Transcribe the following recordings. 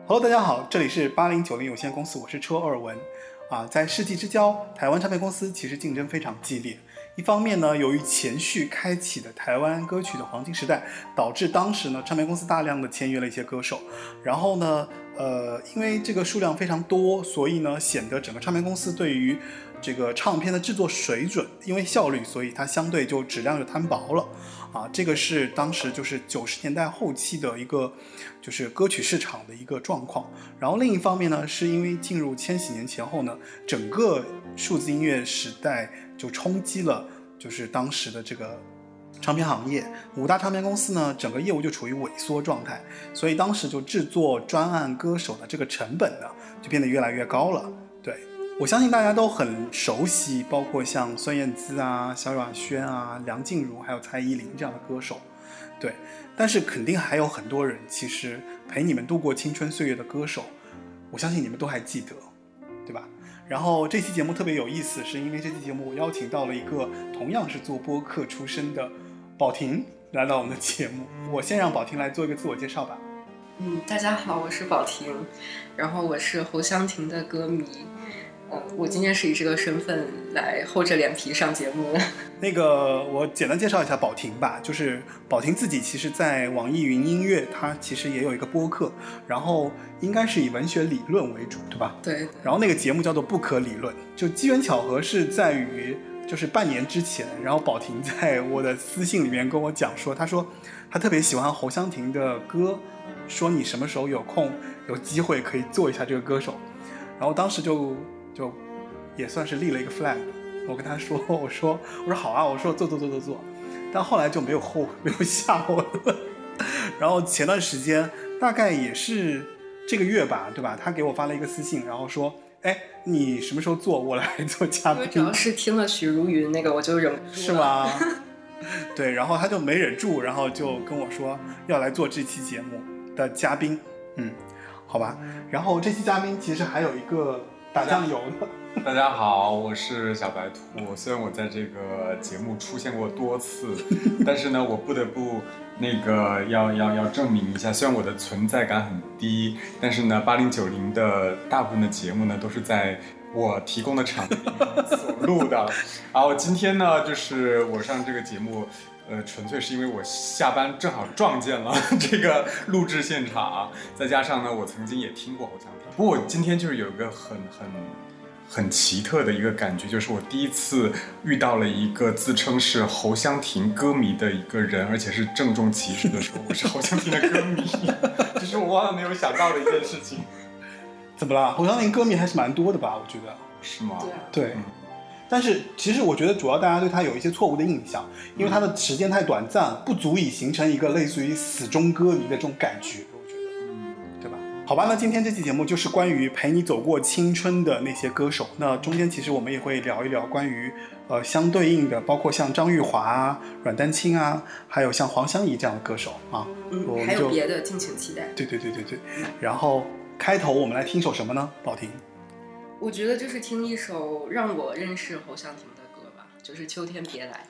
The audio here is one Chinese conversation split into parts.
Hello， 大家好，这里是8090有限公司，我是车尔文。在世纪之交，台湾唱片公司其实竞争非常激烈。一方面呢，由于前序开启的台湾歌曲的黄金时代，导致当时呢唱片公司大量的签约了一些歌手。然后呢，因为这个数量非常多，所以呢显得整个唱片公司对于这个唱片的制作水准，因为效率，所以它相对就质量就摊薄了。这个是当时就是90年代后期的一个就是歌曲市场的一个状况。然后另一方面呢，是因为进入千禧年前后呢，整个数字音乐时代就冲击了就是当时的这个唱片行业，5大唱片公司呢整个业务就处于萎缩状态，所以当时就制作专案歌手的这个成本呢就变得越来越高了。对，我相信大家都很熟悉，包括像孙燕姿啊、萧亚轩啊、梁静茹还有蔡依林这样的歌手。对，但是肯定还有很多人其实陪你们度过青春岁月的歌手，我相信你们都还记得，对吧？然后这期节目特别有意思，是因为这期节目我邀请到了一个同样是做播客出身的宝婷来到我们的节目。我先让宝婷来做一个自我介绍吧。 大家好，我是宝婷，然后我是侯湘婷的歌迷。我今天是以这个身份来厚着脸皮上节目的。 那个我简单介绍一下宝婷吧，就是宝婷自己其实在网易云音乐她其实也有一个播客，然后应该是以文学理论为主，对吧？ 对。 然后那个节目叫做不可理论，就机缘巧合是在于就是半年之前，然后宝婷在我的私信里面跟我讲说，她说她特别喜欢侯湘婷的歌，说你什么时候有空有机会可以做一下这个歌手。然后当时就也算是立了一个 flag， 我跟他说，我说好啊，我说做，但后来就没有下文了。然后前段时间大概也是这个月吧，对吧？他给我发了一个私信，然后说，哎，你什么时候做，我来做嘉宾。 主要是听了许茹芸那个，我就忍不住了。 是吗？对，然后他就没忍住，然后就跟我说要来做这期节目的嘉宾。好吧。然后这期嘉宾其实还有一个打酱油的。 大家好，我是小白兔。虽然我在这个节目出现过多次，但是呢，我不得不要证明一下，虽然我的存在感很低，但是呢，8090的大部分的节目呢都是在我提供的场地所录的。然后今天呢，就是我上这个节目。纯粹是因为我下班正好撞见了这个录制现场，再加上呢，我曾经也听过侯湘婷。不过我今天就是有一个很奇特的一个感觉，就是我第一次遇到了一个自称是侯湘婷歌迷的一个人，而且是郑重其事的说我是侯湘婷的歌迷，这是我万万没有想到的一件事情。 怎么了？侯湘婷歌迷还是蛮多的吧？我觉得是吗？ 对。但是其实我觉得主要大家对他有一些错误的印象，因为他的时间太短暂，不足以形成一个类似于死忠歌迷的这种感觉，我觉得，对吧？好吧，那今天这期节目就是关于陪你走过青春的那些歌手，那中间其实我们也会聊一聊关于相对应的，包括像张玉华啊、阮丹青啊，还有像黄湘怡这样的歌手啊。 还有别的，敬请期待。 对。然后开头我们来听首什么呢？宝婷。 我觉得就是听一首让我认识侯湘婷的歌吧，就是《秋天别来》。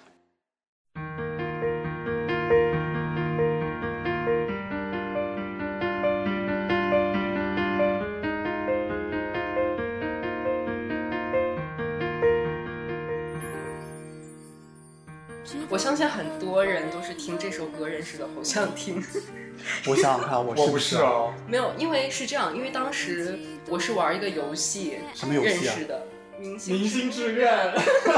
我相信很多人都是听这首歌认识的侯湘婷。 我想想看，我不是哦， 没有，因为是这样，因为当时我是玩一个游戏， 什么游戏认识的， 明星志愿。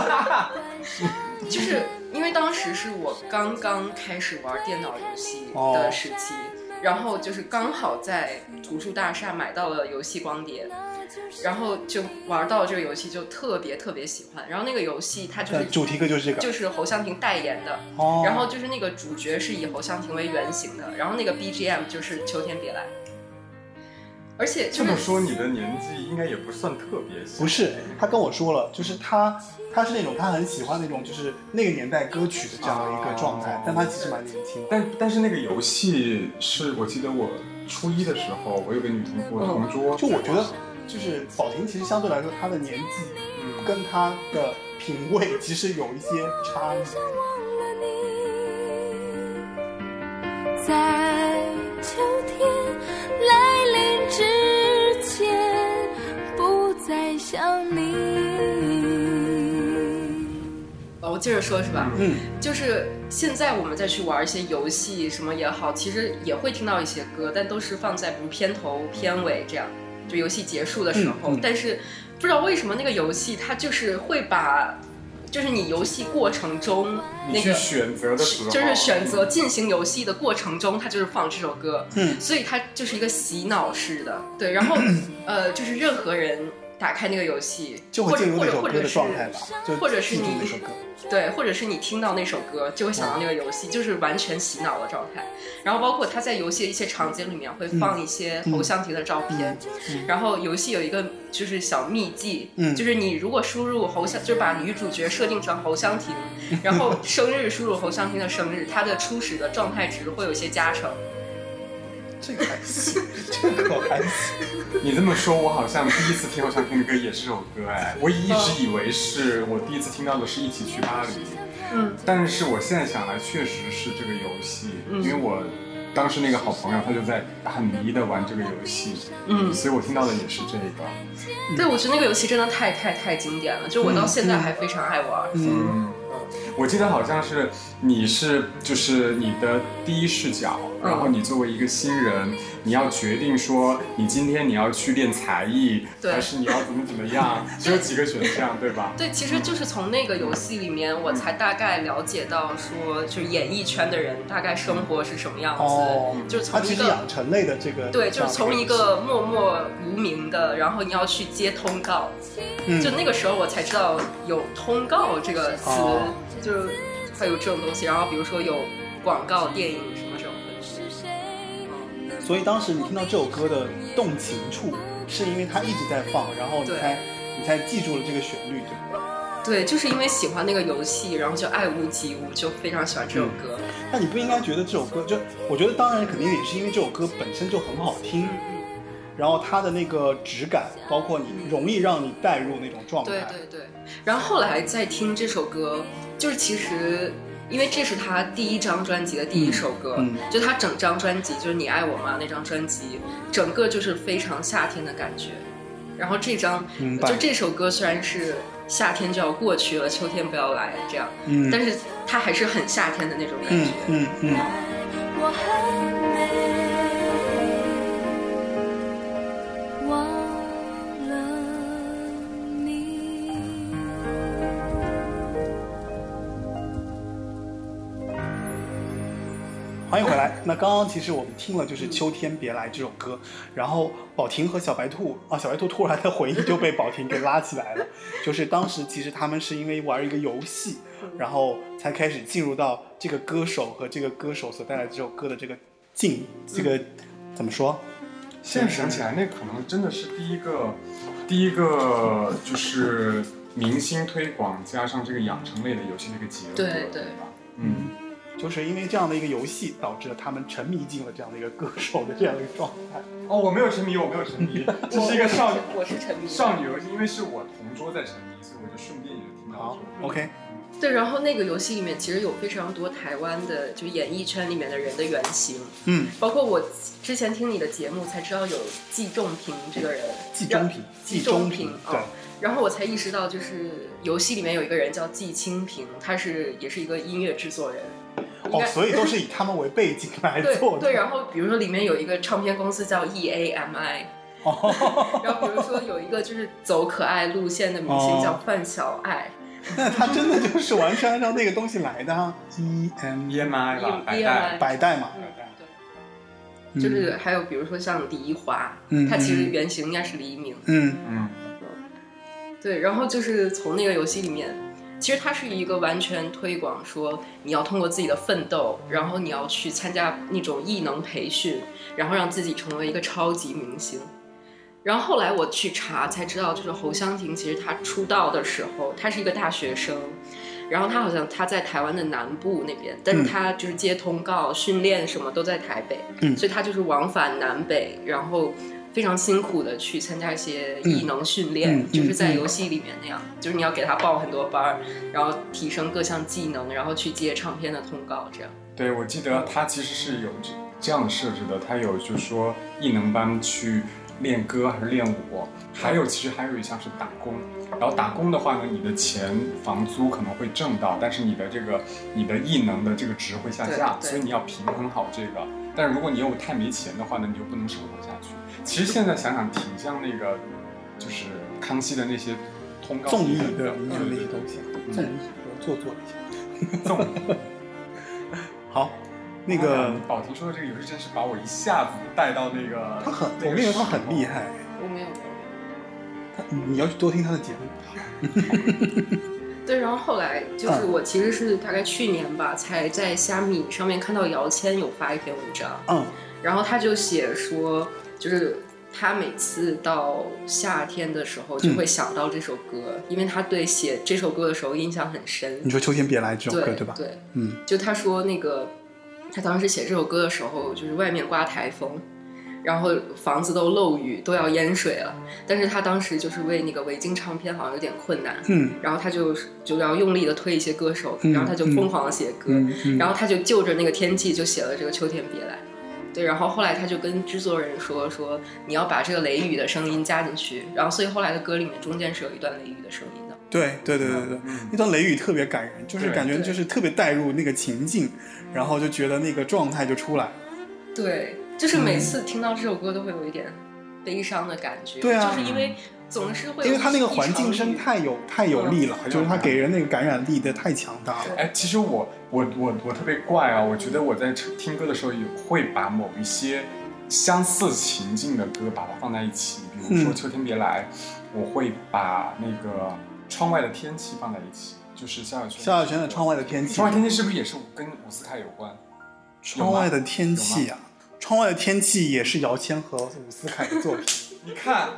就是因为当时是我刚刚开始玩电脑游戏的时期，然后就是刚好在图书大厦买到了游戏光碟。然后就玩到这个游戏就特别喜欢，然后那个游戏它就是主题歌就是这个， 就是侯湘婷代言的，然后就是那个主角是以侯湘婷为原型的，然后那个 BGM 就是《秋天别来》。而且、 这么说你的年纪应该也不算特别小。 不是，他跟我说了，就是他是那种他很喜欢那种就是那个年代歌曲的这样的一个状态，但他其实蛮年轻的。 但是那个游戏是我记得我初一的时候，我有个女同桌， 就我觉得就是宝婷其实相对来说她的年纪，跟她的品味其实有一些差异。 在秋天来临之我接着说是吧？就是现在我们再去玩一些游戏什么也好，其实也会听到一些歌，但都是放在比如片头、片尾这样，就游戏结束的时候。但是不知道为什么那个游戏它就是会把。就是你游戏过程中你去选择的时候， 就是选择进行游戏的过程中，它就是放这首歌，所以它就是一个洗脑式的，对，然后就是任何人打开那个游戏， 就会进入那首歌的状态吧， 或者是你那首歌， 对，或者是你听到那首歌就会想到那个游戏，就是完全洗脑的状态。然后包括他在游戏的一些场景里面会放一些侯湘婷的照片，然后游戏有一个就是小秘技，就是你如果输入就是把女主角设定成侯湘婷，然后生日输入侯湘婷的生日，她的初始的状态值会有一些加成。 这个还行，这个还行。 你这么说，我好像第一次听侯湘婷的歌也是这首歌哎，我一直以为是我第一次听到的是一起去巴黎，但是我现在想来，确实是这个游戏，因为我当时那个好朋友他就在很迷的玩这个游戏，所以我听到的也是这个。 对，我觉得那个游戏真的太经典了，就我到现在还非常爱玩。 我记得好像是就是你的第一视角，然后你作为一个新人，你要决定说你今天你要去练才艺，还是你要怎么样，只有几个选项，对吧？ 对，其实就是从那个游戏里面，我才大概了解到说，就是演艺圈的人大概生活是什么样子，就是从一个养成类的这个， 对，就是从一个默默无名的，然后你要去接通告，就那个时候我才知道有通告这个词。就是还有这种东西，然后比如说有广告、电影什么这种的。 所以当时你听到这首歌的动情处，是因为它一直在放，然后你才记住了这个旋律，对吧？ 对，就是因为喜欢那个游戏，然后就爱屋及乌，就非常喜欢这首歌。 那你不应该觉得这首歌我觉得当然肯定也是因为这首歌本身就很好听。然后它的那个质感，包括你容易让你带入那种状态。 对。然后后来再听这首歌，就是其实因为这是他第一张专辑的第一首歌，就他整张专辑就是《你爱我吗》那张专辑，整个就是非常夏天的感觉。然后就这首歌虽然是夏天就要过去了，秋天不要来这样，但是它还是很夏天的那种感觉。 我很美。 欢迎回来。那刚刚其实我们听了就是《秋天别来》这首歌，然后宝婷和小白兔小白兔突然的回忆就被宝婷给拉起来了。就是当时其实他们是因为玩一个游戏，然后才开始进入到这个歌手和这个歌手所带来这首歌的这个怎么说？ 现在想起来，那可能真的是第一个就是明星推广加上这个养成类的游戏的一个结果， 对吧？就是因为这样的一个游戏，导致了他们沉迷进了这样的一个歌手的这样的一个状态。 我没有沉迷，这是一个少女， 我是沉迷少女游戏，因为是我同桌在沉迷，所以我就顺便也听到。 好 ，OK。 对，然后那个游戏里面其实有非常多台湾的，就演艺圈里面的人的原型，包括我之前听你的节目才知道有季仲平这个人， 季中平，对。 然后我才意识到，就是游戏里面有一个人叫季清平，他也是一个音乐制作人。 所以都是以他们为背景来做的。 对，然后比如说里面有一个唱片公司叫 EAMI，然后比如说有一个就是走可爱路线的明星叫范晓爱。 那他真的就是完全按照那个东西来的啊 ，EMI 吧， 百代嘛， 对，就是还有比如说像李一华，他其实原型应该是黎明，对，然后就是从那个游戏里面，其实它是一个完全推广说你要通过自己的奋斗，然后你要去参加那种艺能培训，然后让自己成为一个超级明星。然后后来我去查才知道，就是侯湘婷其实她出道的时候，她是一个大学生，然后她好像她在台湾的南部那边，但是她就是接通告、训练什么都在台北，所以她就是往返南北，然后非常辛苦的去参加一些艺能训练，就是在游戏里面那样，就是你要给他报很多班，然后提升各项技能，然后去接唱片的通告这样。 对，我记得他其实是有这样的设置的，他有就是说艺能班去练歌还是练舞，其实还有一项是打工， 然后打工的话呢，你的钱房租可能会挣到，但是你的艺能的这个值会下降，所以你要平衡好这个。但是如果你又太没钱的话呢，你又不能生活下去。其实现在想想挺像那个，就是康熙的那些通告综艺的那些东西，综艺做一下。 综艺。 好，那个宝婷说的这个游戏真是把我一下子带到那个， 我跟你说他很厉害。 我没有。 你要去多听他的节目。 对，然后后来就是我其实是大概去年吧，才在虾米上面看到姚谦有发一篇文章，然后他就写说，就是他每次到夏天的时候就会想到这首歌，因为他对写这首歌的时候印象很深。 你说《秋天别来》这首歌 对吧？ 对，就他说那个他当时写这首歌的时候，就是外面刮台风。然后房子都漏雨，都要淹水了。但是他当时就是为那个维京唱片好像有点困难，然后他就要用力的推一些歌手，然后他就疯狂的写歌，然后他就就着那个天气就写了这个《秋天别来》。对，然后后来他就跟制作人说你要把这个雷雨的声音加进去，然后所以后来的歌里面中间是有一段雷雨的声音的。 对，那段雷雨特别感人，就是感觉就是特别带入那个情境，然后就觉得那个状态就出来。 对。就是每次听到这首歌都会有一点悲伤的感觉， 对啊， 就是因为总是会因为他那个环境声太有力了，就是他给人那个感染力的太强大了。 哎，其实我特别怪啊，我觉得我在听歌的时候也会把某一些相似情境的歌把它放在一起，比如说《秋天别来》，我会把那个《窗外的天气》放在一起，就是萧亚轩的《窗外的天气》。 窗外天气是不是也是跟伍思凯有关？ 窗外的天气啊。窗外的天气也是姚谦和伍思凯的作品。 你看，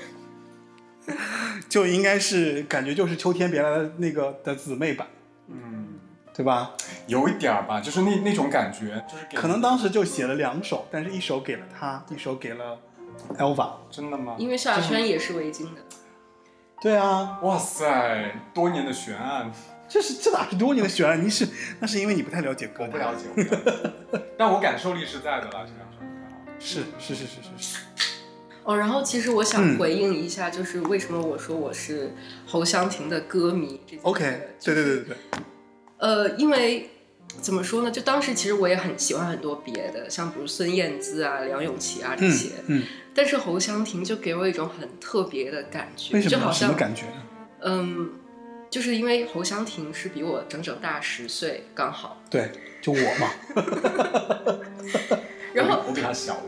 就应该是感觉就是秋天别来的那个的姊妹版，对吧？ 有一点吧，就是那种感觉，就是可能当时就写了2首，但是一首给了他，一首给了 Elva。 真的吗？ 因为萧亚轩也是维京的。 对啊， 哇塞，多年的悬案。 这哪是多年的悬案？那是因为你不太了解歌， 我不了解，但我感受力是在的啦，这样是。 然后其实我想回应一下，就是为什么我说我是侯湘婷的歌迷这件事。 OK， 对。 因为怎么说呢？就当时其实我也很喜欢很多别的，像比如孙燕姿啊、梁咏琪啊这些。但是侯湘婷就给我一种很特别的感觉。 为什么？ 就好像什么感觉呢？ 就是因为侯湘婷是比我整整大10岁，刚好。 对，就我嘛。 然后我比他小，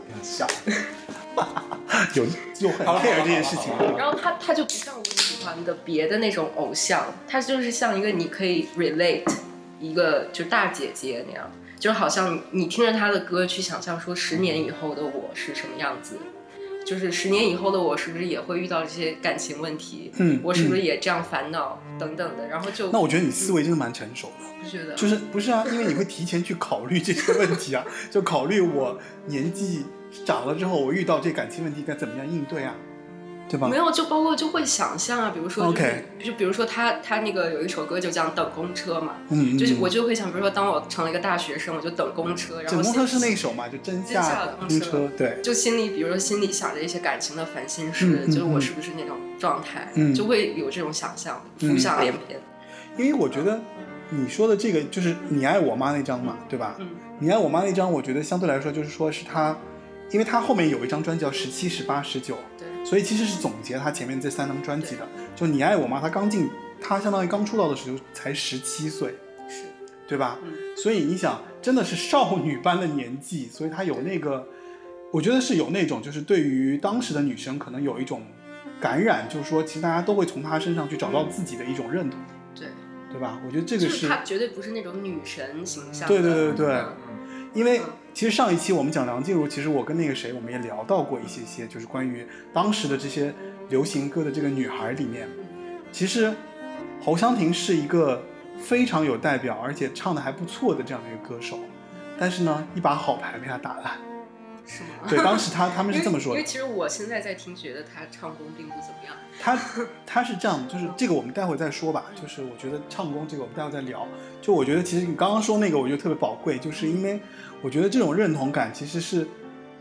就很 care 这件事情。 然后他就不像我喜欢的别的那种偶像，他就是像一个你可以 relate 一个就大姐姐那样，就好像你听着他的歌去想象说10年以后的我是什么样子。就是10年以后的我是不是也会遇到这些感情问题？我是不是也这样烦恼等等的？然后就那我觉得你思维真的蛮成熟的。 不觉得？ 就是不是啊？因为你会提前去考虑这些问题啊，就考虑我年纪长了之后，我遇到这感情问题该怎么样应对啊，对吧？ 没有，就包括就会想象啊，比如说、就比如说他那个有一首歌就讲等公车嘛，就是我就会想，比如说当我成了一个大学生，我就等公车，然后等公车是那首嘛，就真下公车，对， 就比如说心里想着一些感情的烦心事，就是我是不是那种状态，就会有这种想象，浮想联翩。 因为我觉得你说的这个就是你爱我妈那张嘛，对吧？你爱我妈那张，我觉得相对来说就是说是他，因为他后面有一张专辑叫17、18、19，对，所以其实是总结他前面这3张专辑的。就你爱我妈，他相当于刚出道的时候才17岁， 是， 对吧？所以你想，真的是少女般的年纪，所以他有那个，我觉得是有那种就是对于当时的女生可能有一种感染，就是说其实大家都会从他身上去找到自己的一种认同。对吧？我觉得这个是她绝对不是那种女神形象对， 的。 因为其实上一期我们讲梁静茹，其实我跟那个谁我们也聊到过一些就是关于当时的这些流行歌的这个女孩里面，其实侯湘婷是一个非常有代表而且唱的还不错的这样的一个歌手，但是呢一把好牌被她打烂。 是吗？ 对，当时他们是这么说的。 因为其实我现在在听，觉得他唱功并不怎么样。 他是这样，就是这个我们待会再说吧。就是我觉得唱功这个我们待会再聊。就我觉得其实你刚刚说那个，我觉得特别宝贵，就是因为我觉得这种认同感其实是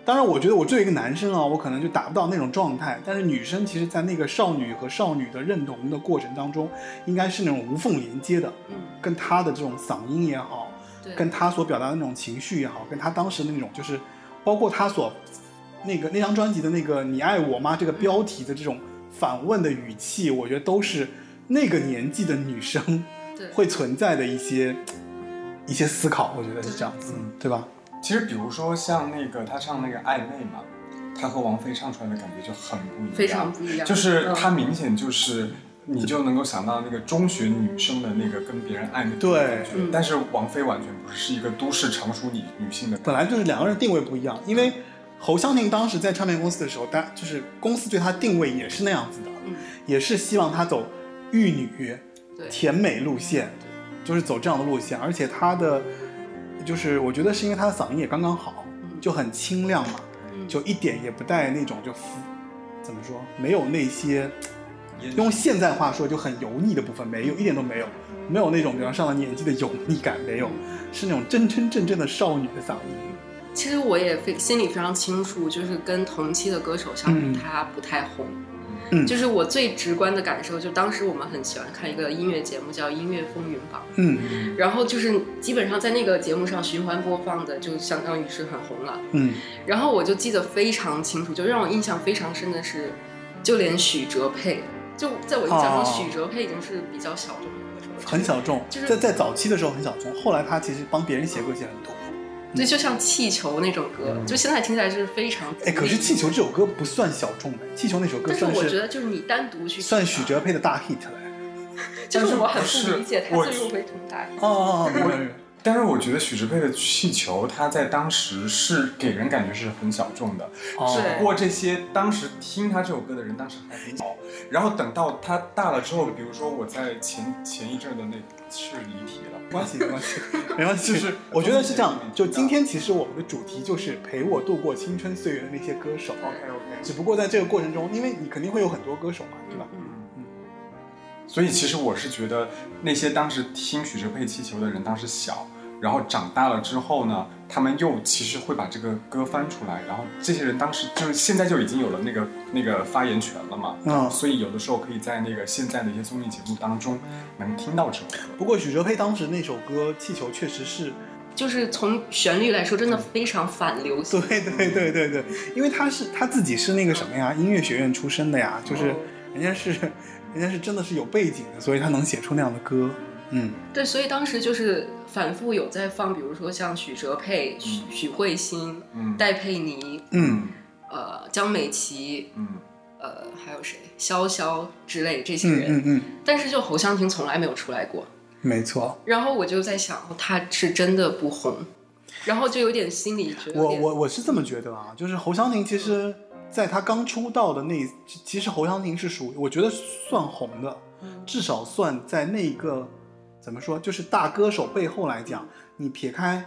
当然，我觉得我作为一个男生啊，我可能就达不到那种状态。但是女生其实，在那个少女和少女的认同的过程当中，应该是那种无缝连接的。跟她的这种嗓音也好，跟她所表达的那种情绪也好，跟她当时的那种就是，包括她所那张专辑的那个"你爱我吗"这个标题的这种反问的语气，我觉得都是那个年纪的女生会存在的一些思考，我觉得是这样子，对吧？ 其实比如说像那个他唱那个暧昧嘛，他和王菲唱出来的感觉就很不一样， 非常不一样， 就是他明显就是你就能够想到那个中学女生的那个跟别人暧昧的感觉，但是王菲完全不是，是一个都市成熟女性的感觉， 本来就是两个人定位不一样。因为侯湘婷当时在唱片公司的时候，就是公司对她定位也是那样子的，也是希望她走玉女甜美路线，就是走这样的路线，而且她的就是我觉得是因为她的嗓音也刚刚好，就很清亮嘛，就一点也不带那种就怎么说，没有那些用现在话说就很油腻的部分，没有，一点都没有，没有那种比方上了年纪的油腻感，没有，是那种真真正正的少女的嗓音。 其实我也心里非常清楚，就是跟同期的歌手相比，他不太红。就是我最直观的感受，就当时我们很喜欢看一个音乐节目叫《音乐风云榜》，然后就是基本上在那个节目上循环播放的，就相当于是很红了，然后我就记得非常清楚，就让我印象非常深的是，就连许哲佩，就在我印象中，许哲佩已经是比较小众的歌手了， 很小众， 就是在早期的时候很小众，后来他其实帮别人写歌写很多。 对，就像气球那种歌，就现在听起来是非常可是气球这首歌不算小众的，气球那首歌算是，但是我觉得就是你单独去算许哲佩的大 hit 了。 就是我很不理解他最后会成大 hit。 但是我觉得许哲佩的气球，他在当时是给人感觉是很小众的，只不过这些当时听他这首歌的人当时还很小，然后等到他大了之后，比如说我在前一阵的那是离题了， 没关系，没关系，就是我觉得是这样，就今天其实我们的主题就是陪我度过青春岁月的那些歌手。 OK， 只不过在这个过程中，因为你肯定会有很多歌手嘛，对吧？ 所以其实我是觉得那些当时听许哲佩气球的人当时小，然后长大了之后呢，他们又其实会把这个歌翻出来，然后这些人当时就是现在就已经有了那个发言权了嘛，所以有的时候可以在那个现在的一些综艺节目当中能听到这首歌。 不过许哲佩当时那首歌气球确实是就是从旋律来说真的非常反流行。 对，因为他自己是那个什么呀，音乐学院出身的呀，就是人家是真的是有背景的，所以他能写出那样的歌。 对，所以当时就是反复有在放，比如说像许哲佩、许慧欣、戴佩妮，江美琪，还有谁，潇潇之类这些人，但是就侯湘婷从来没有出来过。 没错。 然后我就在想，她是真的不红，然后就有点心里觉得我是这么觉得啊，就是侯湘婷其实在她刚出道的其实侯湘婷是属于我觉得算红的，至少算在那个怎么说，就是大歌手背后来讲，你撇开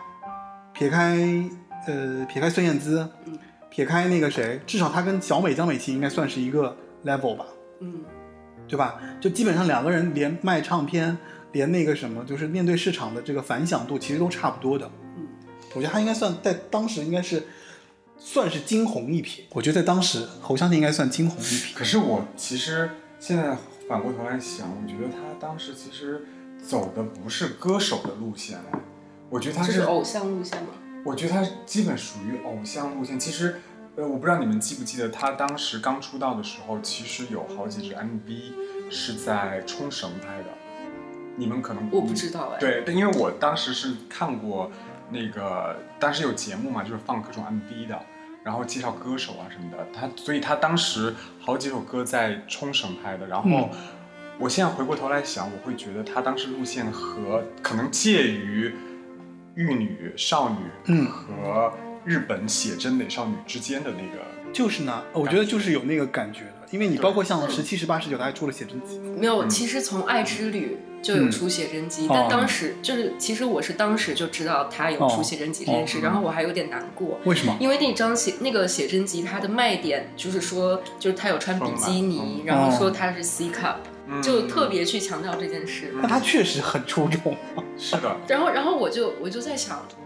孙燕姿，撇开那个谁，至少她跟江美琪应该算是一个 level 吧，对吧？就基本上两个人连卖唱片，连那个什么，就是面对市场的这个反响度，其实都差不多的。我觉得她应该算在当时应该是算是惊鸿一瞥。我觉得在当时侯湘婷应该算惊鸿一瞥。 可是我其实现在反过头来想，我觉得她当时其实走的不是歌手的路线，我觉得他是偶像路线吗？ 我觉得他基本属于偶像路线。其实，我不知道你们记不记得，他当时刚出道的时候，其实有好几支 MV 是在冲绳拍的。你们可能我不知道对，因为我当时是看过那个，当时有节目嘛，就是放各种 MV 的，然后介绍歌手啊什么的。所以他当时好几首歌在冲绳拍的，然后。我现在回过头来想，我会觉得他当时路线和可能介于玉女少女和日本写真美少女之间的那个， 就是呢，我觉得就是有那个感觉的，因为你包括像17、18、19，他还出了写真集。 没有，其实从《爱之旅》就有出写真集，但当时就是其实我是当时就知道他有出写真集这件事，然后我还有点难过。 为什么？ 因为那个写真集它的卖点就是说，就是他有穿比基尼，然后说他是 C cup。就特别去强调这件事， 那他确实很出众。 是的。 然后我就在想，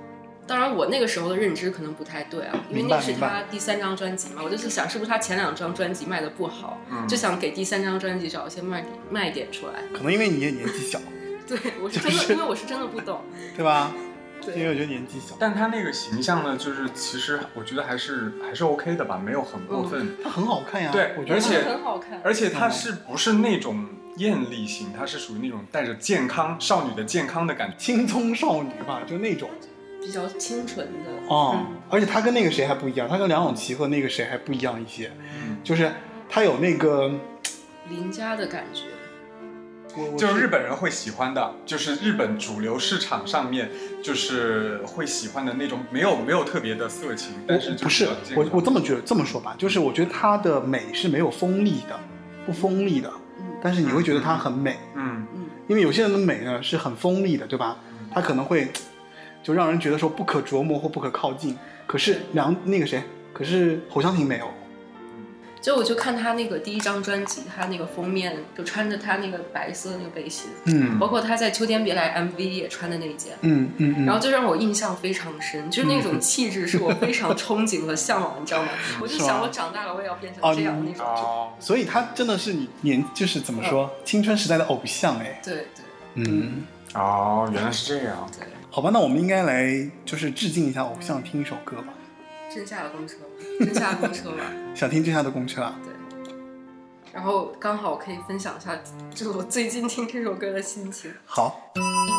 当然我那个时候的认知可能不太对啊，因为那是他第3张专辑嘛，我就是想是不是他前2张专辑卖的不好，就想给第3张专辑找一些卖点出来。 可能因为你也年纪小。 对，我是真的，因为我是真的不懂， 对吧？ 对， 因为我觉得年纪小。 但他那个形象呢，就是其实我觉得还是 OK 的吧，没有很过分。 他很好看呀， 对， 我觉得很好看。 而且他是不是那种艳丽型，他是属于那种带着少女的健康的感觉， 青葱少女吧，就那种比较清纯的。 而且他跟那个谁还不一样，他跟梁咏琪和那个谁还不一样一些，就是他有那个邻家的感觉。 就是日本人会喜欢的，就是日本主流市场上面就是会喜欢的那种，没有特别的色情，但是不是我这么说吧，就是我觉得她的美是没有锋利的，不锋利的，但是你会觉得她很美，因为有些人的美呢是很锋利的，对吧？她可能会就让人觉得说不可琢磨或不可靠近，可是可是侯湘婷没有。 就我就看他那个第1张专辑，他那个封面就穿着他那个白色的那个背心，包括他在《秋天别来》MV 也穿的那一件，然后就让我印象非常深，就是那种气质是我非常憧憬和向往，你知道吗？我就想我长大了我也要变成这样那种。 所以他真的是你就是怎么说，青春时代的偶像哎。 对。 原来是这样。 对。 好吧，那我们应该来就是致敬一下偶像，听一首歌吧。 真下的公车吧。 想听真下的公车啊？ 对。然后刚好可以分享一下，就是我最近听这首歌的心情。 好。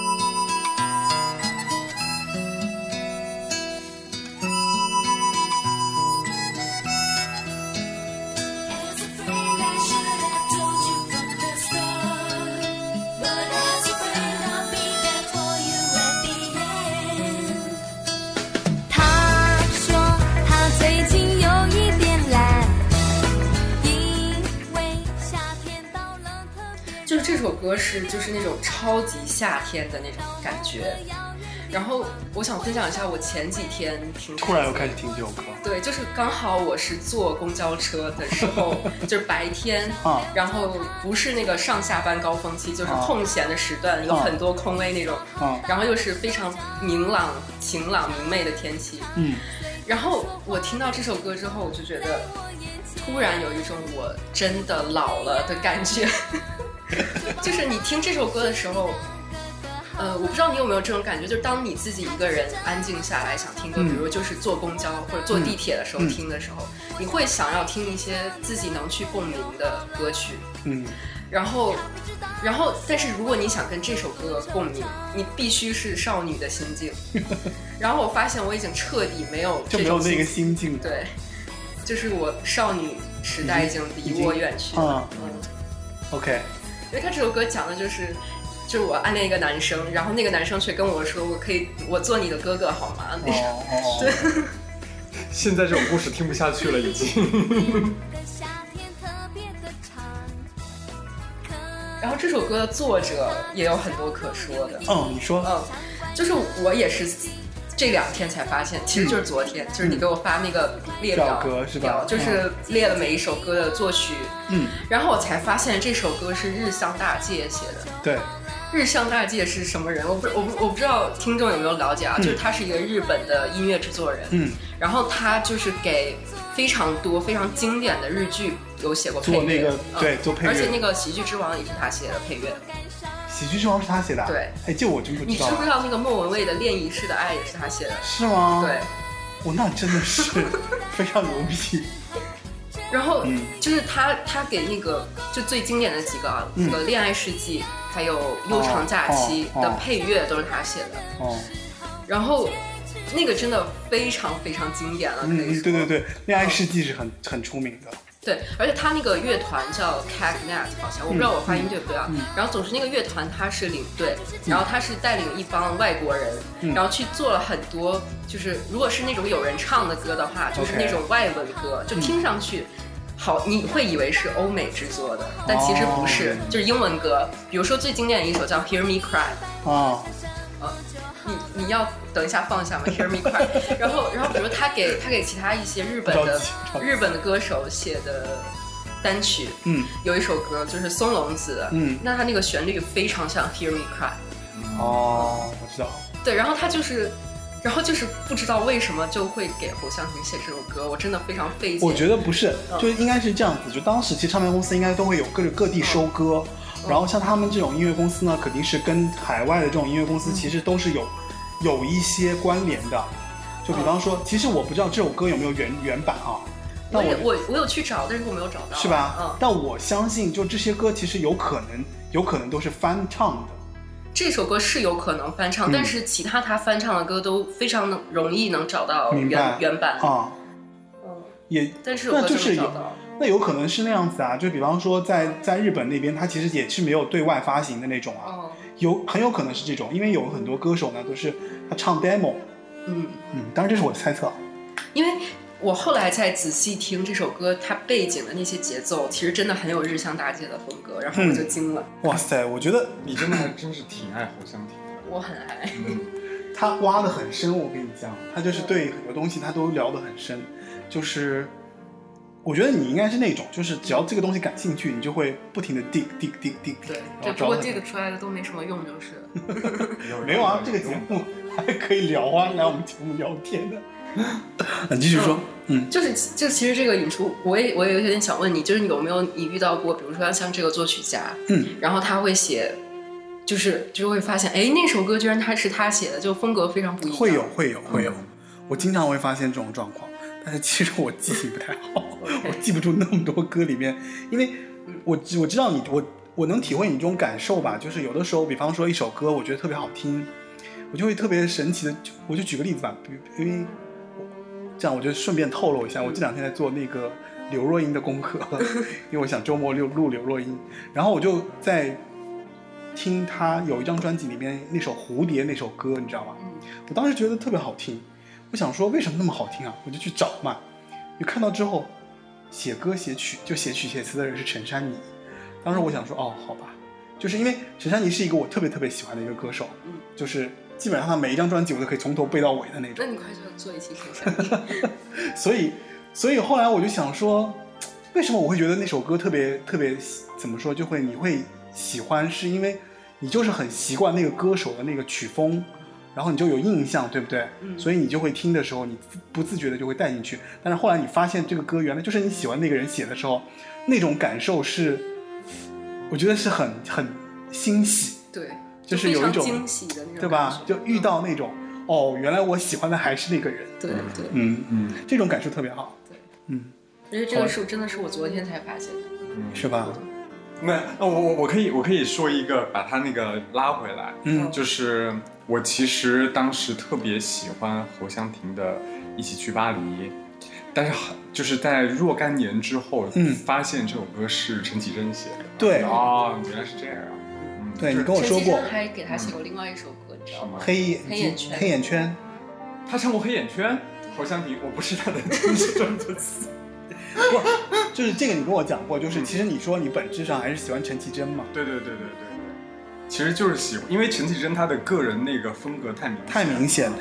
这首歌就是那种超级夏天的那种感觉，然后我想分享一下我前几天听， 突然又开始听这首歌。 对，就是刚好我是坐公交车的时候，就是白天，然后不是那个上下班高峰期，就是空闲的时段，有很多空位那种，然后又是非常明朗、晴朗、明媚的天气，然后我听到这首歌之后，我就觉得突然有一种我真的老了的感觉。就是你听这首歌的时候，我不知道你有没有这种感觉，就是当你自己一个人安静下来想听歌，比如就是坐公交或者坐地铁的时候听的时候，你会想要听一些自己能去共鸣的歌曲，然后，但是如果你想跟这首歌共鸣，你必须是少女的心境。然后我发现我已经彻底没有这种就没有那个心境， 对，就是我少女时代已经离我远去了。 OK。 因为他这首歌讲的就是我暗恋一个男生，然后那个男生却跟我说我做你的哥哥好吗？对。 现在这种故事听不下去了已经。 然后这首歌的作者也有很多可说的。 你说。 就是我也是这2天才发现，其实就是昨天，就是你给我发那个列表是吧？ 就是列了每一首歌的作曲，然后我才发现这首歌是日向大介写的。 对， 日向大介是什么人？我不知道听众有没有了解啊？就是他是一个日本的音乐制作人，然后他就是给非常多非常经典的日剧有写过配乐，做那个对做配乐， 而且那个《喜剧之王》也是他写的配乐。 喜剧之王是他写的？ 对， 这我真不知道。 你知不知道那个莫文蔚的《恋一世的爱》也是他写的？ 是吗？ 对， 那真的是非常牛逼。 然后就是他给那个就最经典的几个那个《恋爱世纪》还有《悠长假期》的配乐都是他写的。然后那个真的非常非常经典了，可以说。 对，《恋爱世纪》是很出名的。 对，而且他那个乐团叫 Cagnet， 好像我不知道我发音对不对啊。然后总之那个乐团他是领队，然后他是带领一帮外国人，然后去做了很多，就是如果是那种有人唱的歌的话，就是那种外文歌，就听上去好，你会以为是欧美制作的，但其实不是，就是英文歌。比如说最经典的一首叫 Hear Me Cry。你要等一下放一下吗 ？Hear Me Cry。然后比如他给其他一些日本的歌手写的单曲，有一首歌就是松隆子的，那他那个旋律非常像 Hear Me Cry。 我知道。 对，然后他就是然后就是不知道为什么就会给侯湘婷写这首歌，我真的非常费解。 我觉得不是，就应该是这样子，就当时其实唱片公司应该都会有各地收歌，然后像他们这种音乐公司呢，肯定是跟海外的这种音乐公司其实都是有一些关联的。就比方说，其实我不知道这首歌有没有原版啊。 我有去找，但是我没有找到。 是吧？但我相信，就这些歌其实有可能都是翻唱的。 这首歌是有可能翻唱，但是其他他翻唱的歌都非常容易能找到原版啊。也， 但是那就是找到。 那有可能是那样子啊，就比方说在日本那边，它其实也是没有对外发行的那种啊。很有可能是这种，因为有很多歌手呢都是他唱 demo。当然这是我的猜测。 因为我后来再仔细听这首歌，它背景的那些节奏，其实真的很有日向大介的风格，然后我就惊了。 哇塞，我觉得你真的还真是挺爱侯湘婷的。 我很爱。 他挖得很深，我跟你讲，他就是对很多东西他都聊得很深，就是我觉得你应该是那种，就是只要这个东西感兴趣，你就会不停的 dig。 对，不过 dig 出来的都没什么用，就是。 没有啊，这个节目还可以聊啊，来我们节目聊天的。你继续说。 就其实这个引出，我也有点想问你，就是你有没有遇到过，比如说像这个作曲家，然后他会写，就会发现，哎，那首歌居然是他写的，就风格非常不一样。 会有，我经常会发现这种状况，但是其实我记性不太好，我记不住那么多歌里面，因为我知道你，我能体会你这种感受吧，就是有的时候，比方说一首歌，我觉得特别好听，我就会特别神奇的，我就举个例子吧，因为这样我就顺便透露一下，我这2天在做那个刘若英的功课，因为我想周末录刘若英，然后我就在听她有一张专辑里面那首《蝴蝶》那首歌，你知道吗？我当时觉得特别好听，我想说为什么那么好听啊？我就去找嘛，就看到之后，写歌写曲写词的人是陈珊妮，当时我想说哦，好吧，就是因为陈珊妮是一个我特别特别喜欢的一个歌手，就是基本上他每一张专辑我都可以从头背到尾的那种。 那你快去做一期陈珊妮。所以后来我就想说，为什么我会觉得那首歌特别特别怎么说，你会喜欢，是因为你就是很习惯那个歌手的那个曲风，然后你就有印象，对不对？所以你就会听的时候，你不自觉的就会带进去。但是后来你发现这个歌原来就是你喜欢那个人写的时候，那种感受是，我觉得是很欣喜。 对。 就是有一种惊喜的那种， 对吧？就遇到那种原来我喜欢的还是那个人。 对， 这种感受特别好。 对，而且这个是真的是我昨天才发现的， 是吧？ 那我可以说一个，把他那个拉回来。就是我其实当时特别喜欢侯湘婷的《一起去巴黎》，但是就是在若干年之后，发现这首歌是陈绮贞写的。 对原来是这样。 对，你跟我说过， 陈绮贞还给他写过另外一首歌，你知道吗？ 黑眼圈， 他唱过黑眼圈。侯湘婷，我不是他的真实创作词。 不，就是这个你跟我讲过，就是其实你说你本质上还是喜欢陈绮贞嘛。 对，其实就是喜欢，因为陈绮贞她的个人那个风格太明显。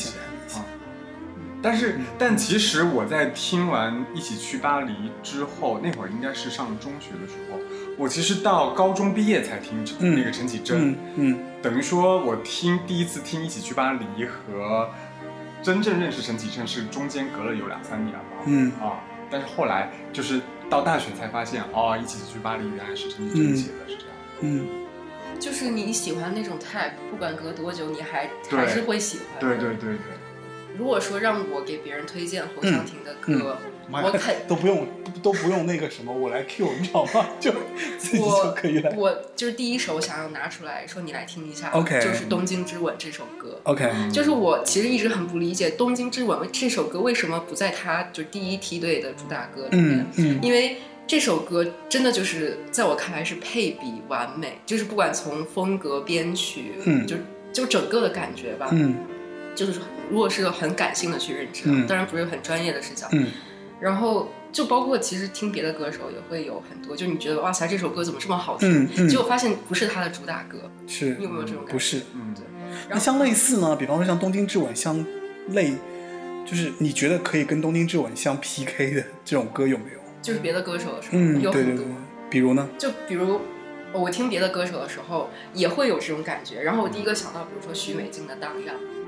但其实我在听完《一起去巴黎》之后，那会儿应该是上中学的时候，我其实到高中毕业才听那个陈绮贞。等于说我第一次听《一起去巴黎》和真正认识陈绮贞是中间隔了有2-3年了。但是后来就是到大学才发现，一起去巴黎原来是陈绮贞写的，是这样。 就是你喜欢那种 type， 不管隔多久，你还是会喜欢。 对。 如果说让我给别人推荐侯湘婷的歌，我都不用那个什么，我来 Q， 你知道吗？就自己就可以来。 我就是第一首想要拿出来说，你来听一下。 OK， 就是《东京之吻》这首歌。 OK， 就是我其实一直很不理解《东京之吻》这首歌为什么不在他就第一梯队的主打歌里面。因为这首歌真的就是在我看来是配比完美，就是不管从风格、编曲，就整个的感觉吧。就是如果是很感性的去认知，当然不是很专业的视角。然后就包括其实听别的歌手也会有很多，就你觉得哇塞这首歌怎么这么好听，结果发现不是他的主打歌。 是， 你有没有这种感觉？ 不是。 对。 那像类似呢，比方说像《东京之吻》就是你觉得可以跟《东京之吻》相 PK 的这种歌有没有？ 就是别的歌手的时候，有很多。 对，比如呢？ 就比如我听别的歌手的时候也会有这种感觉，然后我第一个想到比如说许美静的《荡漾》，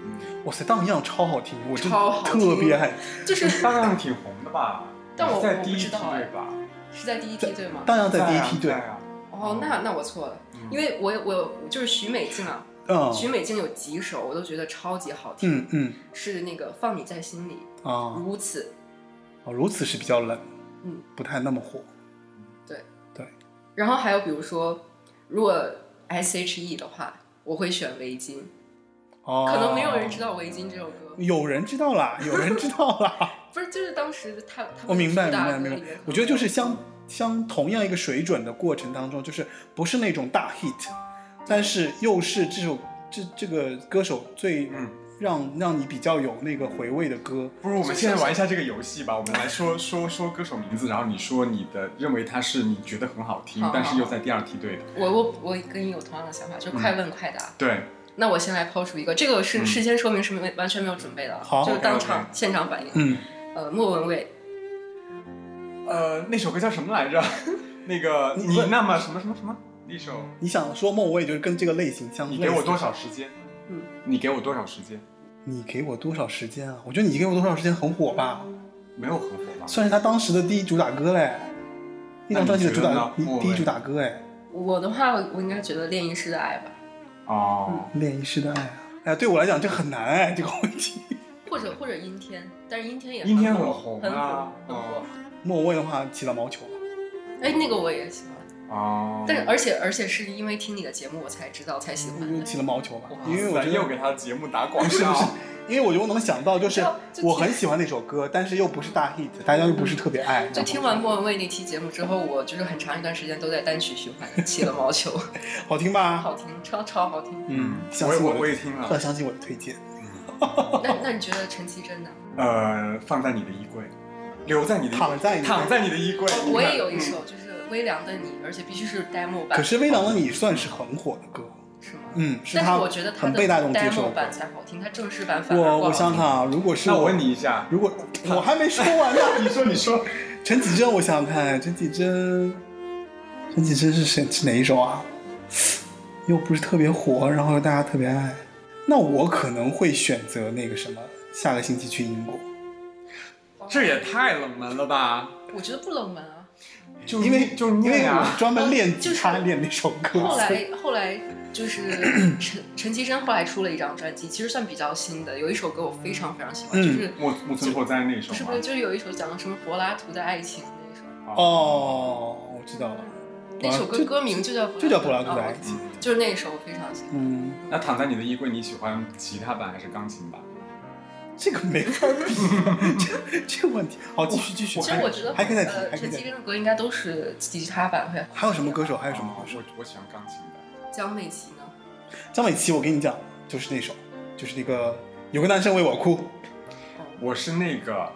哇塞，荡漾超好听，我真超好听特别爱。 就是荡漾挺红的吧？ 但我在第一梯不知道队吧？ 是在第一梯队吗？ 荡漾在第一梯队。 哦，那我错了，因为我就是许美静啊，许美静有几首我都觉得超级好听，是那个放你在心里啊，如此， 如此是比较冷，不太那么火， 对， 然后还有比如说，如果 S.H.E 的话，我会选围巾，可能没有人知道围巾这首歌， 有人知道啦， 不是，就是当时他我明白，我觉得就是同样一个水准的过程当中，就是不是那种大 hit， 但是又是这个歌手最让你比较有那个回味的歌。 不如我们现在玩一下这个游戏吧，我们来说歌手名字，然后你说你的认为他是你觉得很好听，但是又在第二梯队的。 我跟你有同样的想法，就快问快答。 对。 那我先来抛出一个，这个是事先说明是完全没有准备的，就是当场现场反应。莫文蔚。 那首歌叫什么来着？那个你那么什么一首？ 你想说莫文蔚就是跟这个类型相？ 你给我多少时间？你给我多少时间？ 你给我多少时间啊？我觉得你给我多少时间很火吧？ 没有很火吧？ 算是他当时的第一主打歌嘞，那张专辑的第一主打歌哎。 我的话，我应该觉得《恋一世的爱》吧。 恋一世的爱啊！哎呀，对我来讲这很难哎，这个问题。 或者阴天，但是阴天也阴天很红啊， 很火。 莫文蔚的话起了毛球了。 哎，那个我也喜欢。但是而且是因为听你的节目我才知道才喜欢。 起了毛球吧，因为我又给他的节目打广告。 是不是？因为我就能想到，就是我很喜欢那首歌，但是又不是大 hit， 大家又不是特别爱。 就听完莫文蔚那期节目之后，我就是很长一段时间都在单曲循环起了毛球。 好听吧？ 好听，超好听。 我也听了。 要相信我的推荐。 那你觉得陈绮贞呢？ 放在你的衣柜，留在你的躺在你的衣柜。 我也有一首，就是微凉的你，而且必须是 demo 版。 可是微凉的你算是很火的歌。 是吗？ 但是我觉得他的 demo 版才好听，他正式版反而不好听。 我想想啊，如果是那我问你一下， 如果我还没说完呢， 你说， 陈绮贞，我想想看，陈绮贞是哪一首啊？又不是特别火，然后大家特别爱，那我可能会选择那个什么，下个星期去英国。 这也太冷门了吧？ 我觉得不冷门啊。 因为我专门练吉他练那首歌。 后来就是陈绮贞后来出了一张专辑，其实算比较新的，有一首歌我非常非常喜欢，就是木村拓哉那首。 是不是就是有一首讲的什么柏拉图的爱情那首？ 我知道了。 那首歌歌名就叫柏拉图的爱情， 就是那首我非常喜欢。 那躺在你的衣柜，你喜欢吉他版还是钢琴版？ 这个没法比，这个问题。好，继续。 其实我觉得还可以再提。 陈绮贞的歌应该都是吉他版会。 还有什么歌手？ 我喜欢钢琴版。 江美琪呢？ 江美琪，我跟你讲，就是那首，就是那个有个男生为我哭。 我是那个，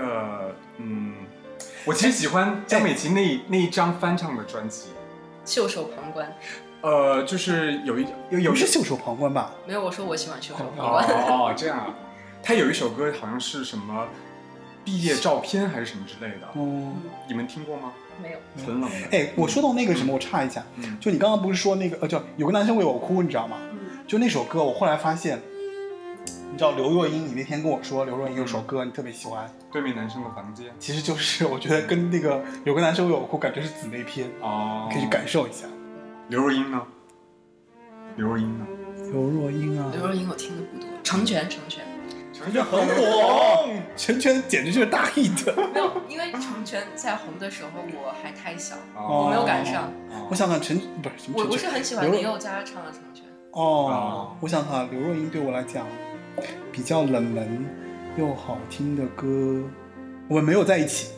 我其实喜欢江美琪那一张翻唱的专辑。 袖手旁观。 就是有不是袖手旁观吧？ 没有，我说我喜欢袖手旁观。 这样啊。他有一首歌好像是什么毕业照片还是什么之类的。你们听过吗？ 没有。 很冷的。 我说到那个什么，我插一下，就你刚刚不是说那个叫有个男生为我哭，你知道吗？就那首歌，我后来发现，你知道刘若英，你那天跟我说刘若英有首歌你特别喜欢， 对面男生的房间， 其实就是我觉得跟那个有个男生为我哭感觉是姊妹篇你可以去感受一下。 刘若英呢？刘若英我听的不多。成全很火，成全简直就是大 hit。 没有，因为成全在红的时候我还太小，我没有赶上。 我想看我是很喜欢林宥嘉唱的成全。 我想看刘若英对我来讲比较冷门又好听的歌，我们没有在一起。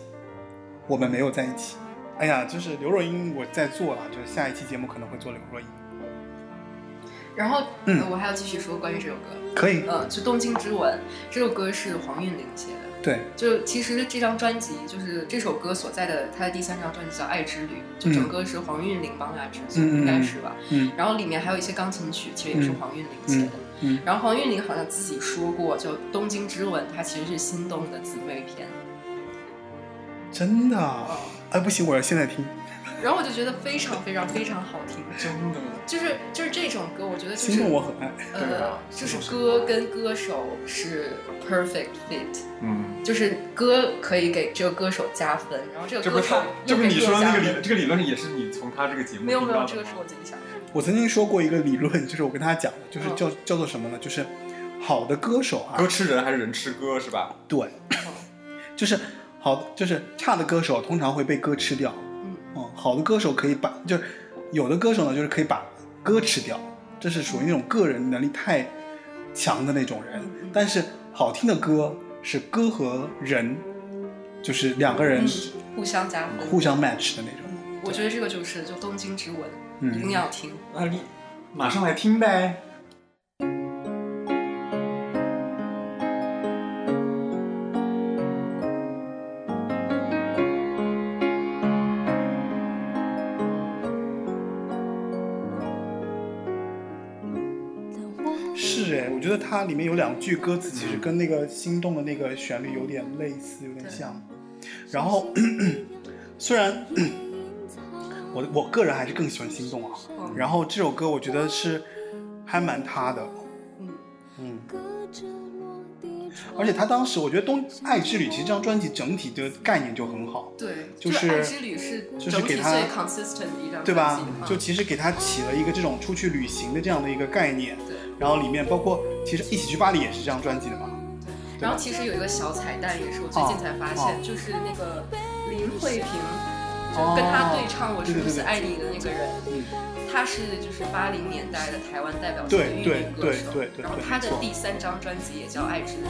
哎呀，就是刘若英我在做了，就是下一期节目可能会做刘若英。 然后我还要继续说关于这首歌。 可以。 就《东京之吻》这首歌是黄韵玲写的。 对。 就其实这张专辑就是这首歌所在的，它的第3张专辑叫《爱之旅》，就整个是黄韵玲帮他制作，应该是吧？然后里面还有一些钢琴曲，其实也是黄韵玲写的。然后黄韵玲好像自己说过，就《东京之吻》它其实是心动的姊妹篇。 真的？哎，不行，我要现在听。 然后我就觉得非常非常非常好听， 真的就是这种歌，我觉得就是心动我很爱。 就是歌跟歌手是 perfect fit，就是歌可以给这个歌手加分，然后这个歌手这不你说的那个这个理论也是你从他这个节目没有，这个是我自己想的。 我曾经说过一个理论，就是我跟他讲的，就是叫做什么呢？就是好的歌手啊， 歌吃人还是人吃歌是吧？ 对，就是就是差的歌手通常会被歌吃掉。好的歌手可以就是有的歌手呢，就是可以把歌吃掉，这是属于那种个人能力太强的那种人。但是好听的歌是歌和人，就是两个人互相加分、 互相 match 的那种。 我觉得这个就东京之吻，一定要听。 你马上来听呗。 我觉得它里面有2句歌词，其实跟那个心动的那个旋律有点类似，有点像。然后虽然我个人还是更喜欢心动啊。然后这首歌我觉得是还蛮他的。而且他当时我觉得爱之旅其实这张专辑整体的概念就很好。 对， 就是爱之旅是整体最 consistent 的一张专辑， 对吧？就其实给他起了一个这种出去旅行的这样的一个概念。 对。 然后里面包括其实一起去巴黎也是这张专辑的嘛。 然后其实有一个小彩蛋，也是我最近才发现，就是那个林慧萍，就跟他对唱《我是如此爱你》的那个人，他是就是80年代的台湾代表性的粤语歌手。对。然后他的第3张专辑也叫《爱之旅》。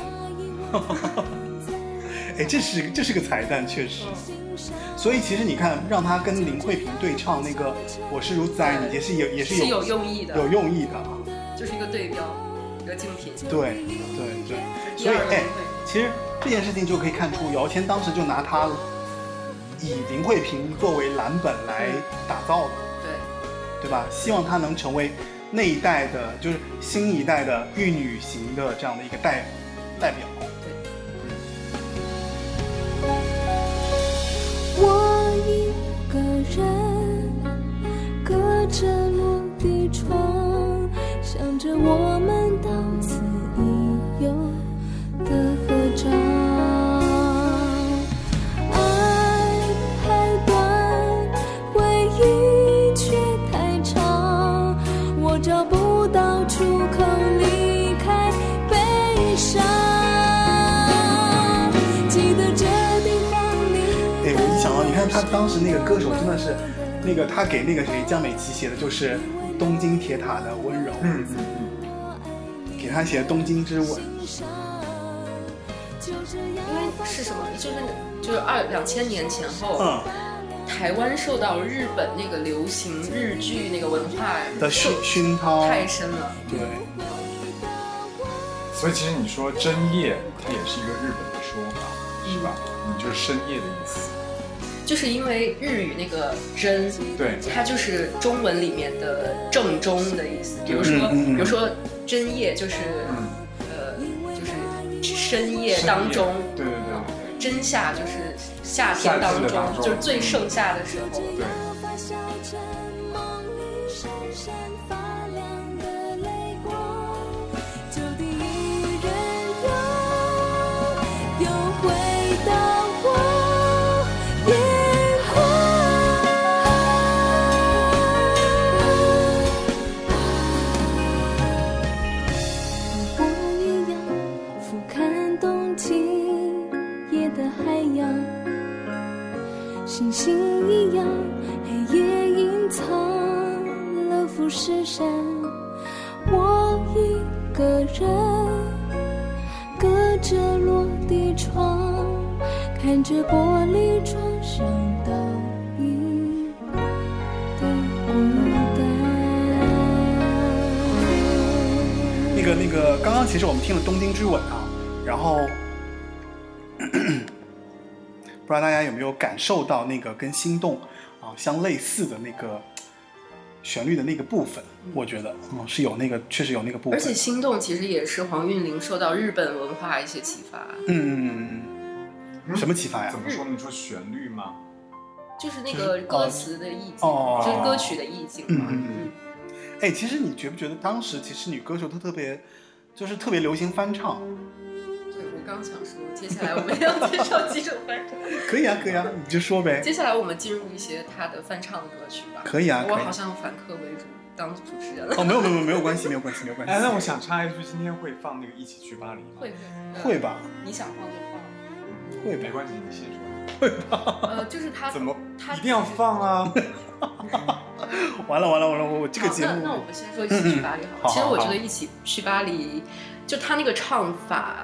哎，这是个彩蛋，确实。所以其实你看，让他跟林慧萍对唱那个《我是如此爱你》，也是有用意的，有用意的。 就是一个对标，一个竞品。 对。所以其实这件事情就可以看出，姚谦当时就拿他以林慧萍作为蓝本来打造的，对吧？希望他能成为那一代的，就是新一代的玉女型的这样的一个代表。 我一个人隔着落地窗，想着我们到此一游的合照，爱太短，回忆却太长，我找不到出口离开悲伤，记得这地方你。 我一想到，你看他当时那个歌手真的是，那个他给那个谁江美琪写的就是东京铁塔的温柔，给他写的东京之吻。 因为是什么？就是2000年前后，台湾受到日本那个流行日剧那个文化的熏陶太深了。 对。 所以其实你说真夜，它也是一个日本的说法，是吧？就是深夜的意思。 就是因为日语那个真， 对， 它就是中文里面的正中的意思。比如说真夜就是就是深夜当中， 对。 真夏就是夏天当中，就是最盛夏的时候。 对。 星星一样，黑夜隐藏了富士山，我一个人隔着落地窗，看着玻璃窗上倒影的孤单。 那个，刚刚其实我们听了《东京之吻》啊，然后。不知道大家有没有感受到那个跟心动啊相类似的那个旋律的那个部分？我觉得是有那个，确实有那个部分。 而且心动其实也是黄韵玲受到日本文化一些启发。 什么启发呀？ 怎么说？你说旋律吗？ 就是那个歌词的意境，就是歌曲的意境。 哎，其实你觉不觉得当时其实女歌手都特别流行翻唱？ 对，我刚想说，接下来我们要介绍几首翻唱。 可以啊，你就说呗。 接下来我们进入一些她的翻唱的歌曲吧。 可以啊。 我好像反客为主当主持人了。 哦，没有关系。 哎，那我想插一句，今天会放那个《一起去巴黎》吗？ 会吧？ 你想放就放。 会， 没关系，你先说。 会吧？ 就是他怎么一定要放啊？ 完了！我这个节目， 那我们先说《一起去巴黎》好。其实我觉得《一起去巴黎》就他那个唱法，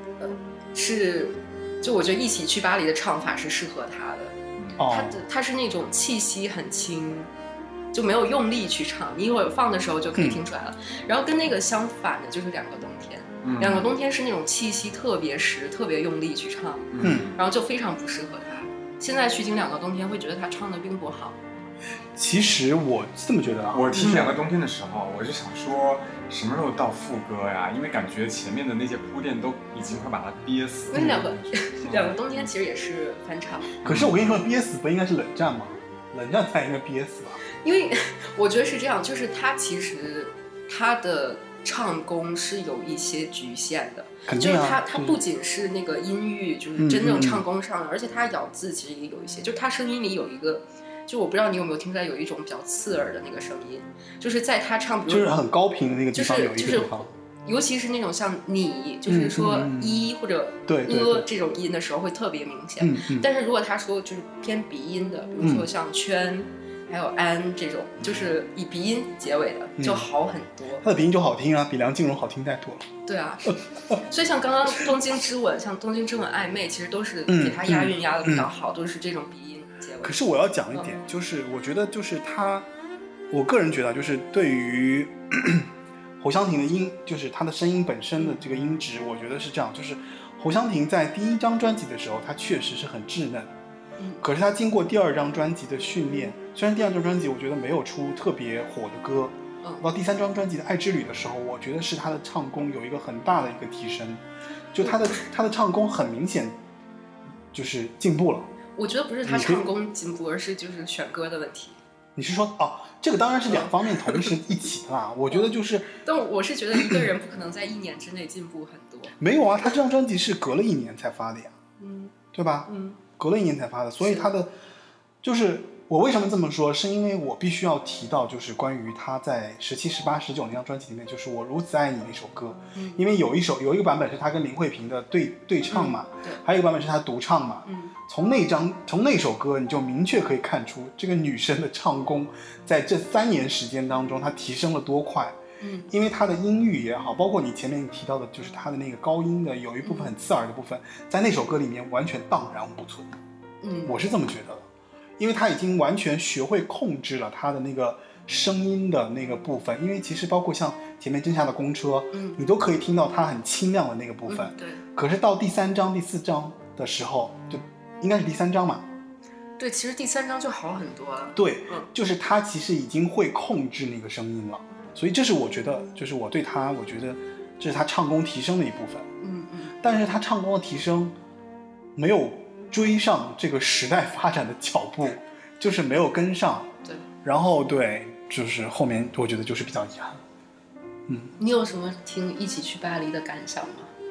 就我觉得《一起去巴黎》的唱法是适合他的。他是那种气息很轻，就没有用力去唱，你一会儿放的时候就可以听出来了。然后跟那个相反的就是《两个冬天》。两个冬天是那种气息特别实、特别用力去唱，然后就非常不适合他。现在去听两个冬天，会觉得他唱的并不好。 其实我这么觉得啊， 我听两个冬天的时候，我就想说什么时候到副歌呀？因为感觉前面的那些铺垫都已经快把它憋死了。 因为两个冬天其实也是翻唱。 可是我跟你说，憋死不应该是冷战吗？冷战才应该憋死吧？ 因为我觉得是这样，就是他其实他的唱功是有一些局限的，就是他不仅是那个音域，就是真正唱功上的，而且他咬字其实也有一些，就是他声音里有一个，就我不知道你有没有听出来，有一种比较刺耳的那个声音，就是在他唱，比如就是很高频的那个地方有一个地方， 尤其是那种像你，就是说一或者这种音的时候会特别明显。但是如果他说就是偏鼻音的，比如说像圈。还有安这种就是以鼻音结尾的就好很多， 他的鼻音就好听啊，比梁静茹好听太多了。 对啊，所以像刚刚东京之吻，像东京之吻暧昧，其实都是给他押韵押的比较好，都是这种鼻音结尾。 可是我要讲一点，就是我觉得就是我个人觉得就是对于侯湘婷的音，就是她的声音本身的这个音质，我觉得是这样，就是侯湘婷在第一张专辑的时候，她确实是很稚嫩。可是他经过第二张专辑的训练，虽然第二张专辑我觉得没有出特别火的歌，到第三张专辑的《爱之旅》的时候，我觉得是他的唱功有一个很大的一个提升，就他的唱功很明显就是进步了。 我觉得不是他唱功进步，而是就是选歌的问题。 你是说这个当然是两方面同时一起的啦。我觉得就是， 但我是觉得一个人不可能在1年之内进步很多。 没有啊，他这张专辑是隔了1年才发的呀，对吧？隔了1年才发的，所以他的就是我为什么这么说，是因为我必须要提到，就是关于他在17、18、19那张专辑里面，就是《我如此爱你》那首歌，因为有一个版本是他跟林慧萍的对唱嘛，还有一个版本是他独唱嘛，从那首歌你就明确可以看出这个女生的唱功在这3年时间当中她提升了多快。因为她的音域也好，包括你前面提到的，就是她的那个高音的有一部分很刺耳的部分，在那首歌里面完全荡然无存。我是这么觉得的，因为她已经完全学会控制了她的那个声音的那个部分。因为其实包括像前面真夏的公车，你都可以听到她很清亮的那个部分。 对。 可是到第3章、第4章的时候，就应该是第3章嘛。 对，其实第3章就好很多了。 对，就是她其实已经会控制那个声音了。所以这是我觉得，就是我对他，我觉得这是他唱功提升的一部分。但是他唱功的提升没有追上这个时代发展的脚步，就是没有跟上。 对。 然后就是后面我觉得就是比较遗憾。 你有什么听《一起去巴黎》的感想吗？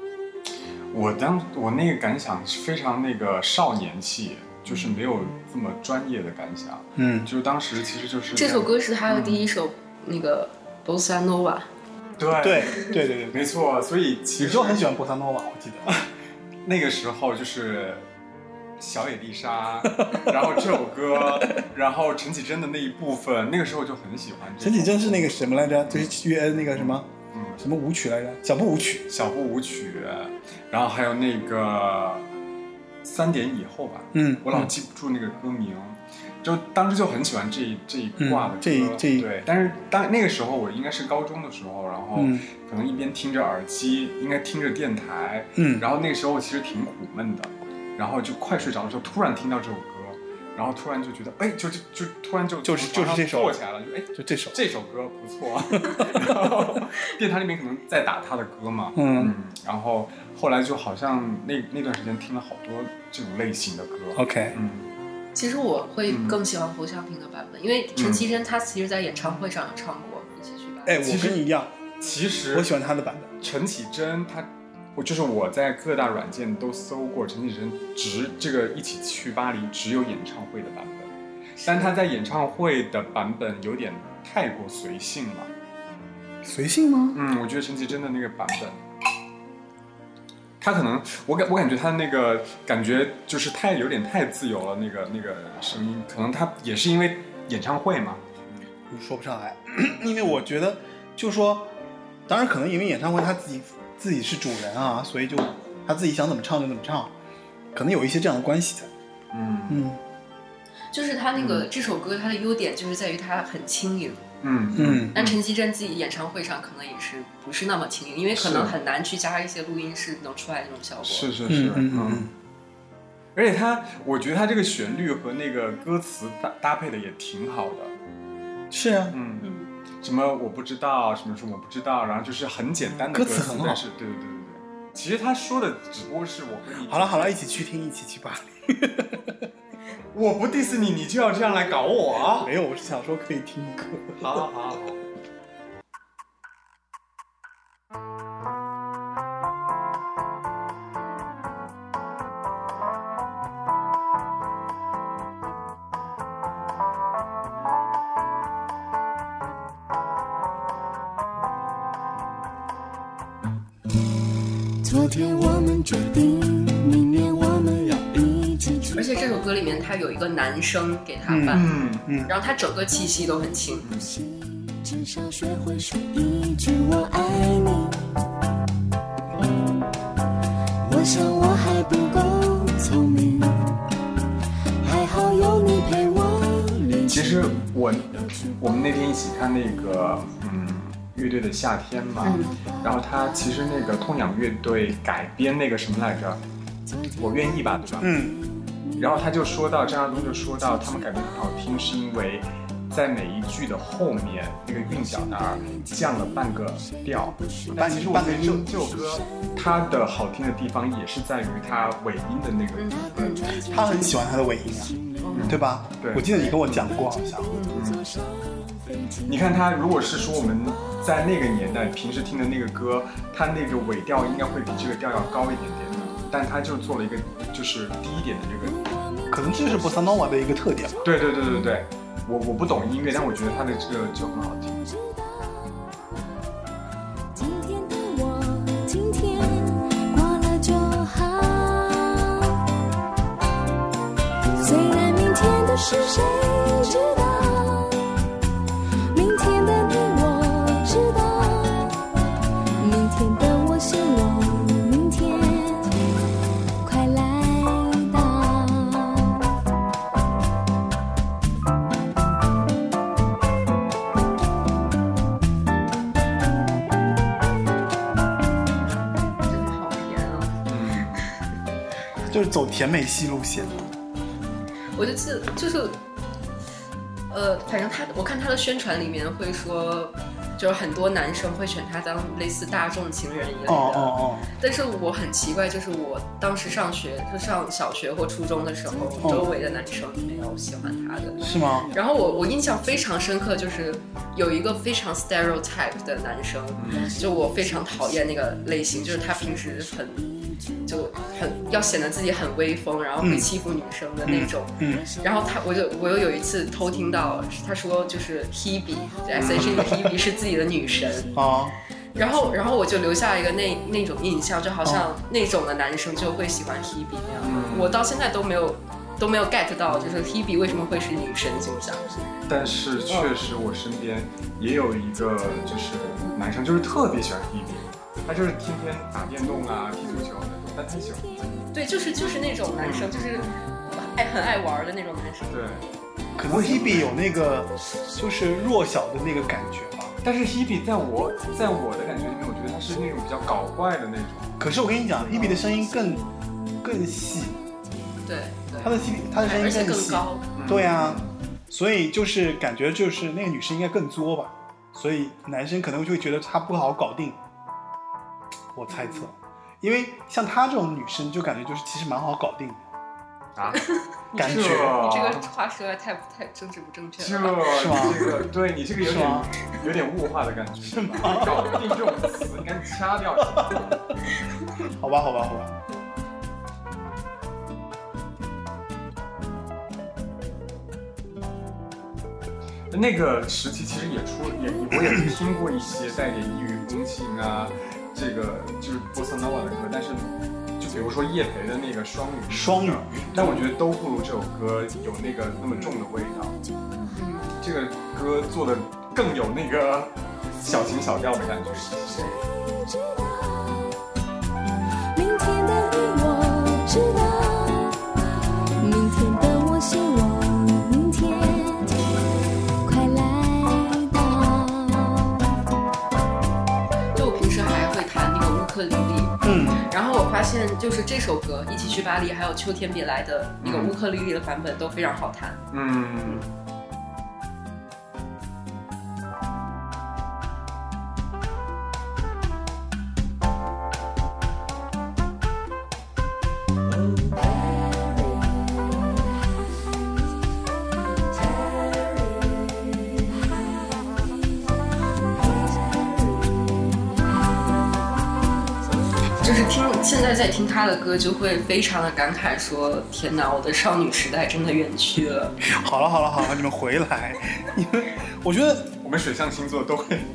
我那个感想是非常那个少年气。就是没有这么专业的感想。就是当时其实就是这首歌是他的第一首那个。波萨诺瓦， 对， 没错。所以其实你就很喜欢波萨诺瓦，我记得那个时候就是小野丽莎，然后这首歌，然后陈绮贞的那一部分，那个时候就很喜欢。 陈绮贞是那个什么来着？就是那个什么，什么舞曲来着？小步舞曲，然后还有那个3点以后吧，我老记不住那个歌名。就当时就很喜欢这一挂的歌，对。但是那个时候我应该是高中的时候，然后可能一边听着耳机，应该听着电台，然后那个时候其实挺苦闷的，然后就快睡着的时候，突然听到这首歌，然后突然就觉得，就突然就是这首坐起来了，就这首歌不错，然后电台里面可能在打他的歌嘛，然后后来就好像那段时间听了好多这种类型的歌 ，OK， 其实我会更喜欢侯湘婷的版本，因为陈绮贞她其实在演唱会上有唱过一起去版本。 我跟你一样， 其实我喜欢她的版本。 陈绮贞就是我在各大软件都搜过陈绮贞这个一起去巴黎只有演唱会的版本，但她在演唱会的版本有点太过随性了。 随性吗？ 我觉得陈绮贞的那个版本，她可能我感觉她那个感觉就是有点太自由了，那个声音，可能她也是因为演唱会嘛。 说不上来，因为我觉得就是说，当然可能因为演唱会他自己是主人啊，所以就他自己想怎么唱就怎么唱，可能有一些这样的关系在。 就是他那个这首歌，它的优点就是在于它很轻盈。但陈绮贞自己演唱会上可能也是不是那么轻盈，因为可能很难去加一些录音室能出来那种效果。 是，而且我觉得他这个旋律和那个歌词搭配的也挺好的。 是啊， 什么我不知道，什么我不知道，然后就是很简单的歌词很好， 但是对，其实他说的只不过是我和你。 好了，一起去听，一起去巴黎。 我不 diss 你，你就要这样来搞我啊？ 没有，我是想说可以听歌。 好。 昨天我们决定，明年我们要一起去。 而且这首歌里面他有一个男生给他伴，然后他整个气息都很轻。 至少学会说一句我爱你。我想我还不够聪明，还好有你陪我练习。 其实我们那天一起看那个乐队的夏天嘛，然后他其实那个痛仰乐队改编那个什么来着，我愿意吧，对吧？然后他就说到，张亚东就说到，他们改编很好听，是因为在每一句的后面那个韵脚那儿降了半个调。但其实我觉得这首歌它的好听的地方也是在于它尾音的那个部分。 他很喜欢他的尾音啊，对吧？ 对， 我记得你跟我讲过，好像。 你看他如果是说我们在那个年代平时听的那个歌，他那个尾调应该会比这个调要高一点点的，但他就做了一个就是低一点的这个， 可能这是波萨诺瓦的一个特点吧。 对，我不懂音乐，但我觉得他的这个就很好听。 今天的我，今天过了就好。虽然明天的事谁知道。希望明天快来到。 真的好甜啊！ 就是走甜美系路线。 我就记得就是，反正我看他的宣传里面会说。就是很多男生会选他当类似大众情人一类的，但是我很奇怪，就是我当时上小学或初中的时候，周围的男生没有喜欢他的， 是吗？ 然后我印象非常深刻，就是有一个非常 stereotype 的男生，就我非常讨厌那个类型，就是他平时很要显得自己很威风，然后会欺负女生的那种。然后我又有一次偷听到他说，就是 Hebe S.H.E 的 Hebe 是自己的女神啊。然后我就留下一个那种印象，就好像那种的男生就会喜欢 Hebe 那样。我到现在都没有 get 到，就是 Hebe 为什么会是女神形象。但是确实我身边也有一个就是男生，就是特别喜欢 Hebe。他就是天天打电动啊、踢足球那种，但他喜欢。对， 就是那种男生，就是很爱玩的那种男生。 对， 可能 Hebe 有那个就是弱小的那个感觉吧。 但是 Hebe 在我的感觉里面，我觉得他是那种比较搞怪的那种。 可是我跟你讲 ，Hebe 的声音更细。 对， 他的声音更细， 高。 对啊，所以就是感觉就是那个女生应该更作吧，所以男生可能就会觉得她不好搞定。我猜测，因为像她这种女生就感觉就是其实蛮好搞定的。 啊， 感觉你这个话说的太政治不正确了。 是吗？ 这个对你这个有点物化的感觉，是吗？搞不定这种词，你赶紧掐掉。 好吧。 那个时期其实我也听过一些带点异域风情啊，这个就是波萨诺瓦的歌，但是就比如说叶培的那个双语，但我觉得都不如这首歌有那么重的味道。这个歌做的更有那个小情小调的感觉。 明天的你我知道，明天的我希望明天快来到。 就我平时还会弹那个乌克丽丽，然后我发现就是这首歌《一起去巴黎》还有《秋天别来》的那个乌克丽丽的版本都非常好弹。就是现在在听他的歌，就会非常的感慨，说天哪，我的少女时代真的远去了。 好了，你们回来，我觉得我们水象星座都会。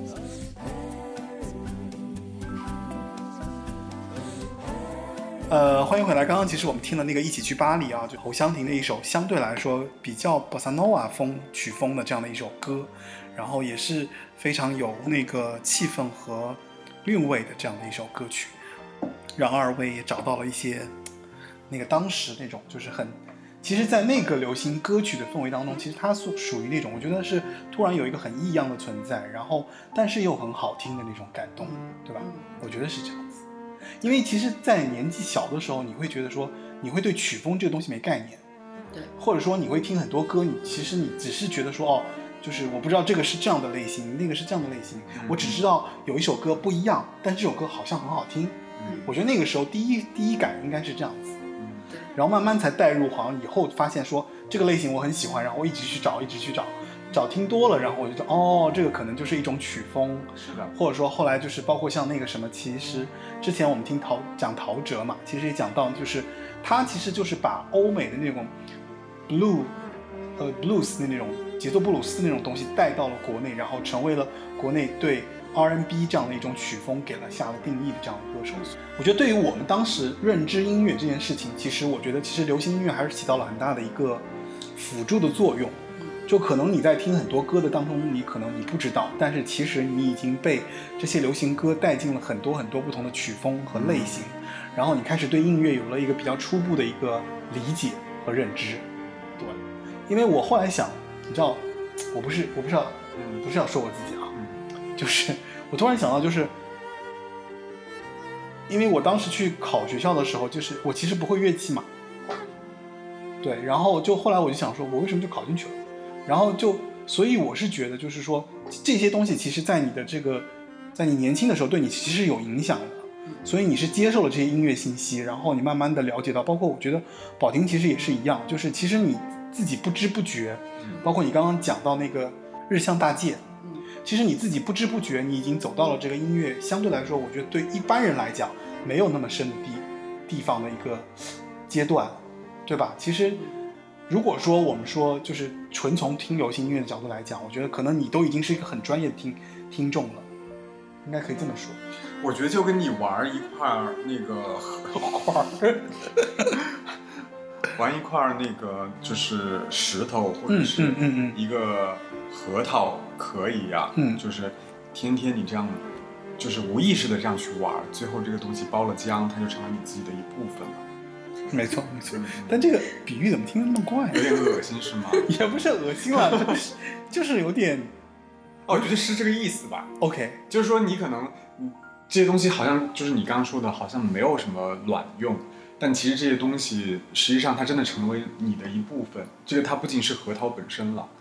欢迎回来。刚刚其实我们听了那个《一起去巴黎》啊，就侯湘婷的一首相对来说比较波萨诺瓦曲风的这样的一首歌，然后也是非常有那个气氛和韵味的这样的一首歌曲，让二位也找到了一些那个当时那种就是其实在那个流行歌曲的氛围当中，其实它属于那种我觉得是突然有一个很异样的存在，然后但是又很好听的那种感动，对吧？我觉得是这样子。因为其实在年纪小的时候，你会觉得说你会对曲风这个东西没概念， 对， 或者说你会听很多歌，其实你只是觉得说就是我不知道这个是这样的类型，那个是这样的类型，我只知道有一首歌不一样，但这首歌好像很好听。我觉得那个时候第一感应该是这样子，然后慢慢才带入，好像以后发现说这个类型我很喜欢，然后我一直去找听多了，然后我就知道这个可能就是一种曲风， 是的， 或者说后来就是包括像那个什么，其实之前我们听讲陶喆嘛，其实也讲到就是他其实就是把欧美的那种 blues 的那种节奏布鲁斯那种东西带到了国内，然后成为了国内对 R&B 这样的一种曲风下了定义的这样的歌手。我觉得对于我们当时认知音乐这件事情，其实我觉得其实流行音乐还是起到了很大的一个辅助的作用。就可能你在听很多歌的当中，你不知道，但是其实你已经被这些流行歌带进了很多很多不同的曲风和类型，然后你开始对音乐有了一个比较初步的一个理解和认知。对，因为我后来想，你知道，我不是要说我自己啊，就是我突然想到，就是因为我当时去考学校的时候，就是我其实不会乐器嘛，对，然后就后来我就想说，我为什么就考进去了？然后所以我是觉得，就是说这些东西其实在你年轻的时候对你其实是有影响的，所以你是接受了这些音乐信息，然后你慢慢的了解到，包括我觉得宝婷其实也是一样，就是其实你自己不知不觉，包括你刚刚讲到那个日向大介，其实你自己不知不觉你已经走到了这个音乐相对来说，我觉得对一般人来讲没有那么深的地方的一个阶段，对吧？其实如果说我们说就是纯从听流行音乐的角度来讲，我觉得可能你都已经是一个很专业的听众了，应该可以这么说。 我觉得就跟你玩一块那个玩一块那个就是石头或者是一个核桃壳一样，就是天天你这样就是无意识的这样去玩，最后这个东西包了浆，它就成了你自己的一部分了。 没错，但这个比喻怎么听着那么怪？ 有点恶心是吗？ 也不是恶心了，就是有点。 我觉得是这个意思吧。 OK， 就是说你可能这些东西好像就是你刚刚说的，好像没有什么卵用，但其实这些东西实际上它真的成为你的一部分。这个它不仅是核桃本身了，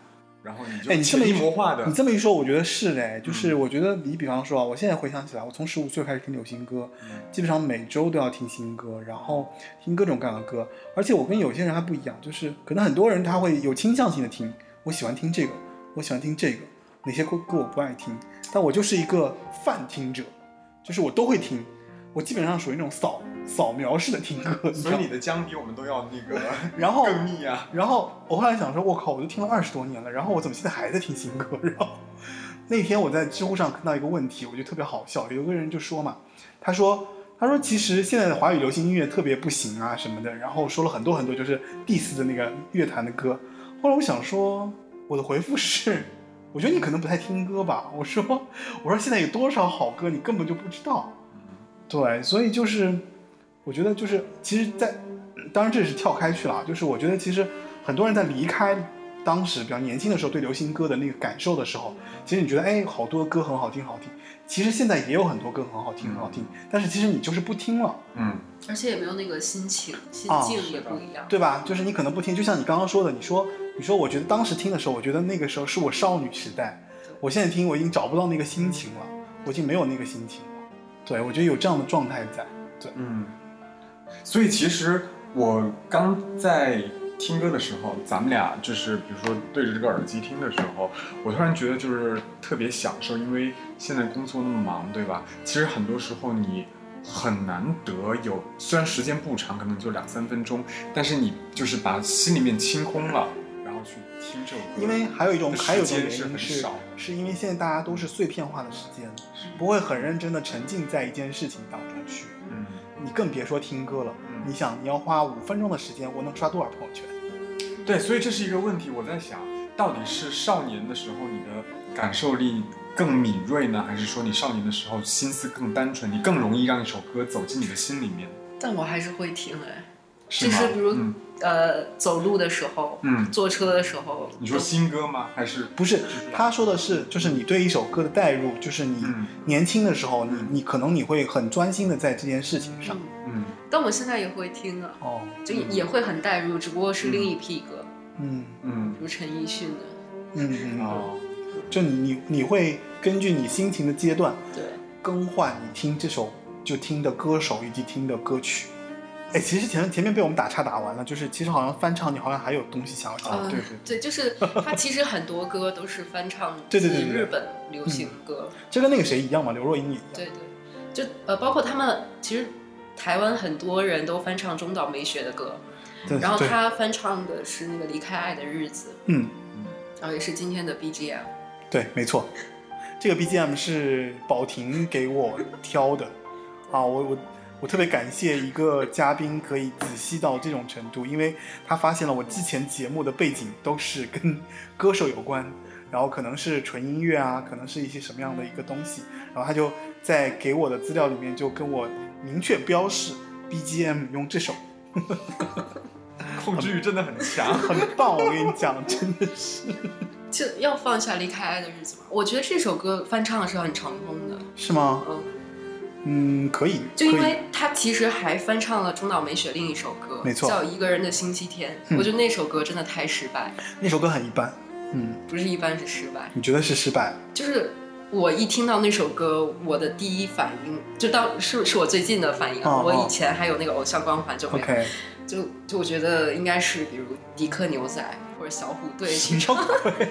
然后你就潜移默化的。 你这么一说，我觉得是的，就是我觉得你比方说啊，我现在回想起来，我从15岁开始听流行歌，基本上每周都要听新歌，然后听各种各样的歌，而且我跟有些人还不一样，就是可能很多人他会有倾向性的听，我喜欢听这个，我喜欢听这个，哪些歌我不爱听，但我就是一个泛听者，就是我都会听。我基本上属于那种扫描式的听歌， 所以你的姜比我们都要那个然后更密啊。 然后我后来想说，我靠，我都听了20多年了，然后我怎么现在还在听新歌？然后那天我在知乎上看到一个问题，我觉得特别好笑，有个人就说嘛，他说其实现在的华语流行音乐特别不行啊什么的，然后说了很多很多就是 diss 的那个乐坛的歌。后来我想说，我的回复是，我觉得你可能不太听歌吧。我说现在有多少好歌你根本就不知道。对，所以就是我觉得就是其实当然这是跳开去了，就是我觉得其实很多人在离开当时比较年轻的时候对流行歌的那个感受的时候，其实你觉得好多歌很好听，其实现在也有很多歌很好听，但是其实你就是不听了， 而且也没有那个心情，心境也不一样， 对吧？就是你可能不听，就像你刚刚说的，你说我觉得当时听的时候，我觉得那个时候是我少女时代，我现在听我已经找不到那个心情了，我已经没有那个心情了。对，我觉得有这样的状态在。对， 所以其实我刚在听歌的时候，咱们俩就是比如说对着这个耳机听的时候，我突然觉得就是特别享受，因为现在工作那么忙，对吧？其实很多时候你很难得有，虽然时间不长，可能就2-3分钟，但是你就是把心里面清空了，然后去听这首歌。 因为还有一种原因是因为现在大家都是碎片化的时间，不会很认真的沉浸在一件事情当中去。你更别说听歌了。你想，你要花5分钟的时间，我能刷多少朋友圈？ 对，所以这是一个问题。我在想，到底是少年的时候你的感受力更敏锐呢，还是说你少年的时候心思更单纯，你更容易让一首歌走进你的心里面？ 但我还是会听就是比如走路的时候，坐车的时候。 你说新歌吗？还是不是？他说的是，就是你对一首歌的代入，就是你年轻的时候，你可能你会很专心的在这件事情上。 但我现在也会听啊，就也会很代入，只不过是另一批歌。比如陈奕迅的。 就你会根据你心情的阶段， 对，更换你听这首就听的歌手以及听的歌曲。其实前面被我们打岔打完了，就是其实好像翻唱你好像还有东西想要讲。 对，就是它其实很多歌都是翻唱对日本流行歌。 这跟那个谁一样嘛，刘若英也一样。 对，就包括他们其实台湾很多人都翻唱中岛美雪的歌，然后他翻唱的是那个离开爱的日子，然后也是今天的 BGM。 对，没错，这个 BGM 是宝婷给我挑的啊，我特别感谢一个嘉宾可以仔细到这种程度，因为他发现了我之前节目的背景都是跟歌手有关，然后可能是纯音乐啊，可能是一些什么样的一个东西，然后他就在给我的资料里面就跟我明确标示 BGM 用这首。 控制欲真的很强， 很棒，我跟你讲，真的是。 就要放下离开爱的日子吗？我觉得这首歌翻唱的是很成功的。 是吗？可以。 就因为他其实还翻唱了中岛美雪另一首歌， 没错， 叫《一个人的星期天》。我觉得那首歌真的太失败。 那首歌很一般。 不是一般，是失败。 你觉得是失败？ 就是我一听到那首歌，我的第一反应是我最近的反应。我以前还有那个偶像光环就没有。 Okay. 就我觉得应该是比如迪克牛仔或者小虎队去唱。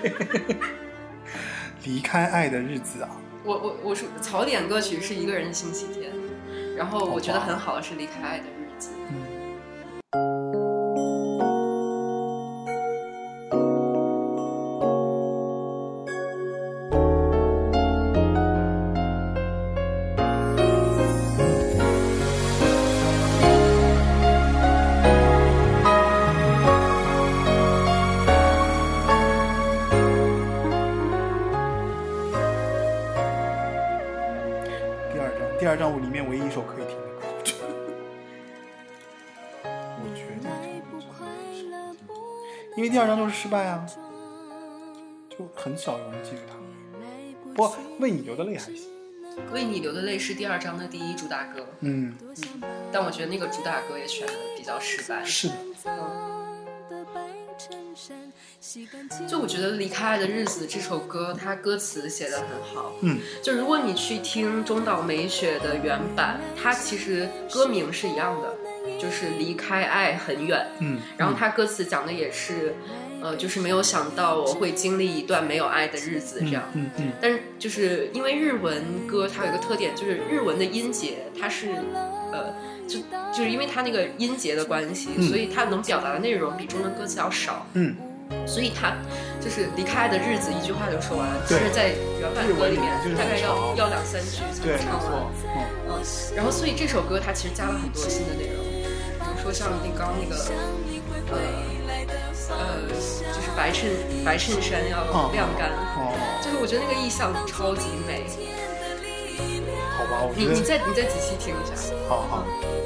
离开爱的日子啊！ 我说槽点歌曲是一个人的星期天，然后我觉得很好的是离开爱的日子。 第二张我里面唯一一首可以听的歌，我觉得，因为第二张就是失败啊，就很少有人记住它。不过为你流的泪还行， 为你流的泪是第二张的第一主打歌。 但我觉得那个主打歌也选的比较失败。 是的。 就我觉得《离开爱的日子》这首歌，它歌词写得很好。就如果你去听中岛美雪的原版，它其实歌名是一样的，就是离开爱很远。然后它歌词讲的也是，就是没有想到我会经历一段没有爱的日子这样。但是就是因为日文歌它有一个特点，就是日文的音节它是，就是因为它那个音节的关系，所以它能表达的内容比中文歌词要少。所以它就是离开爱的日子一句话就说完，但是在原版歌里面大概要2-3句才唱完。然后所以这首歌它其实加了很多新的内容，比如说像你刚那个就是白衬衫要晾干，就是我觉得那个意象超级美。 好吧，我觉得你再仔细听一下。 好。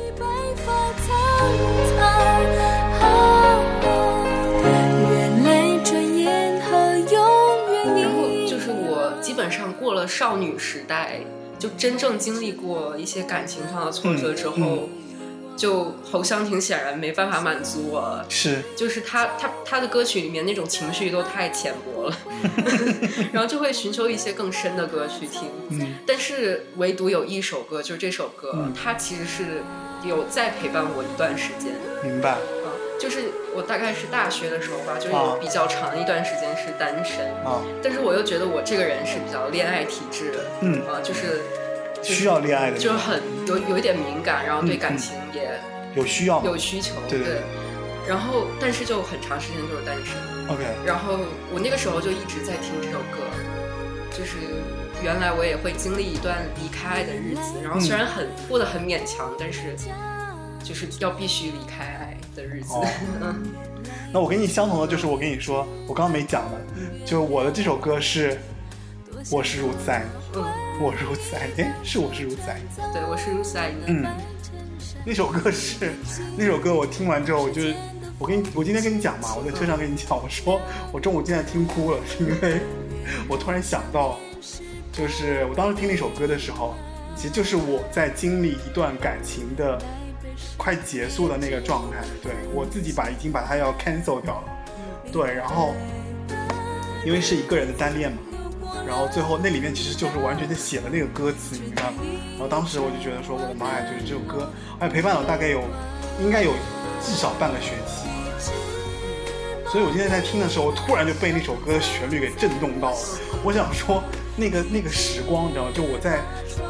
然后就是我基本上过了少女时代，就真正经历过一些感情上的挫折之后，就侯湘婷显然没办法满足我，就是他的歌曲里面那种情绪都太浅薄了，然后就会寻求一些更深的歌去听。但是唯独有一首歌，就是这首歌，它其实是有再陪伴我一段时间。 明白。 就是我大概是大学的时候吧，就有比较长一段时间是单身。但是我又觉得我这个人是比较恋爱体质的。就是需要恋爱的， 就很有一点敏感，然后对感情也有需要， 有需求。对。然后但是就很长时间就是单身。 OK。 然后我那个时候就一直在听这首歌，就是原来我也会经历一段离开爱的日子，然后虽然过得很勉强，但是就是要必须离开爱的日子。 那我跟你相同的就是我跟你说，我刚刚没讲的，就我的这首歌是我是如此爱你。我如此爱你，是我是如此爱你。 对，我是如此爱你。 那首歌我听完之后，我今天跟你讲嘛，我在车上跟你讲，我说我中午现在听哭了，是因为我突然想到，就是我当时听那首歌的时候，其实就是我在经历一段感情的快结束的那个状态。对，我自己已经把它要 cancel 掉了。对，然后因为是一个人的单恋嘛，然后最后那里面其实就是完全的写了那个歌词，你明白吗？然后当时我就觉得说，我的妈呀，就是这首歌陪伴了我大概应该有至少半个学期。所以我今天在听的时候，我突然就被那首歌的旋律给震动到了。我想说那个时光，你知道吗？就我在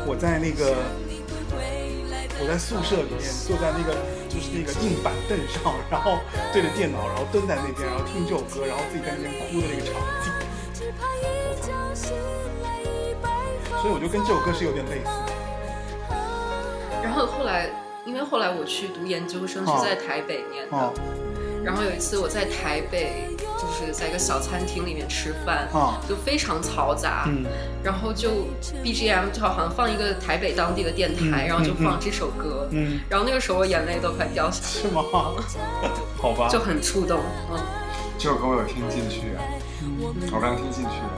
宿舍里面坐在就是那个硬板凳上，然后对着电脑，然后蹲在那边，然后听这首歌，然后自己在那边哭的那个场景。所以我就跟这首歌是有点类似。 然后因为后来我去读研究生是在台北念的。然后有一次我在台北，就是在一个小餐厅里面吃饭，就非常嘈杂，然后就 BGM 就好像放一个台北当地的电台，然后就放这首歌，然后那个时候我眼泪都快掉下来。 是吗？好吧， 就很触动。 这首歌我有听进去啊，我刚听进去了。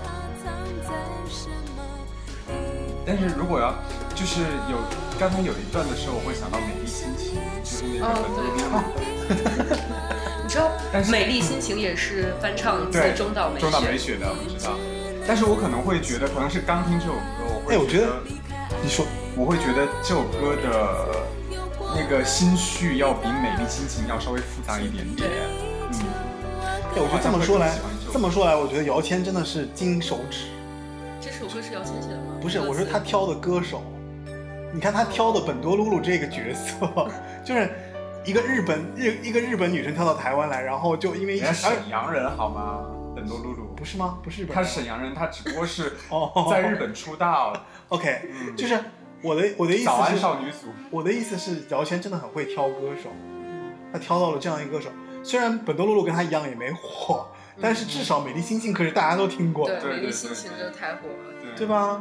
但是如果就是刚才有一段的时候，我会想到美丽心情，就是那个你知道美丽心情也是翻唱自中岛美雪的，我知道。但是我可能会觉得，可能是刚听这首歌， 我觉得你说， 我会觉得这首歌的那个心绪要比美丽心情要稍微复杂一点点。 我觉得这么说来，我觉得姚谦真的是金手指。 这首歌是姚谦写的吗？ 不是，我说他挑的歌手，你看他挑的本多露露这个角色，就是一个日本女生跳到台湾来，然后就因为沈阳人好吗？本多露露不是吗？不是日本人， 他是沈阳人，他只不过是在日本出道。 OK，就是我的意思是， 早安少女组。 我的意思是，姚谦真的很会挑歌手，他挑到了这样一个歌手。虽然本多露露跟他一样也没火，但是至少美丽心情可是大家都听过。 对，美丽心情就太火了， 对吧？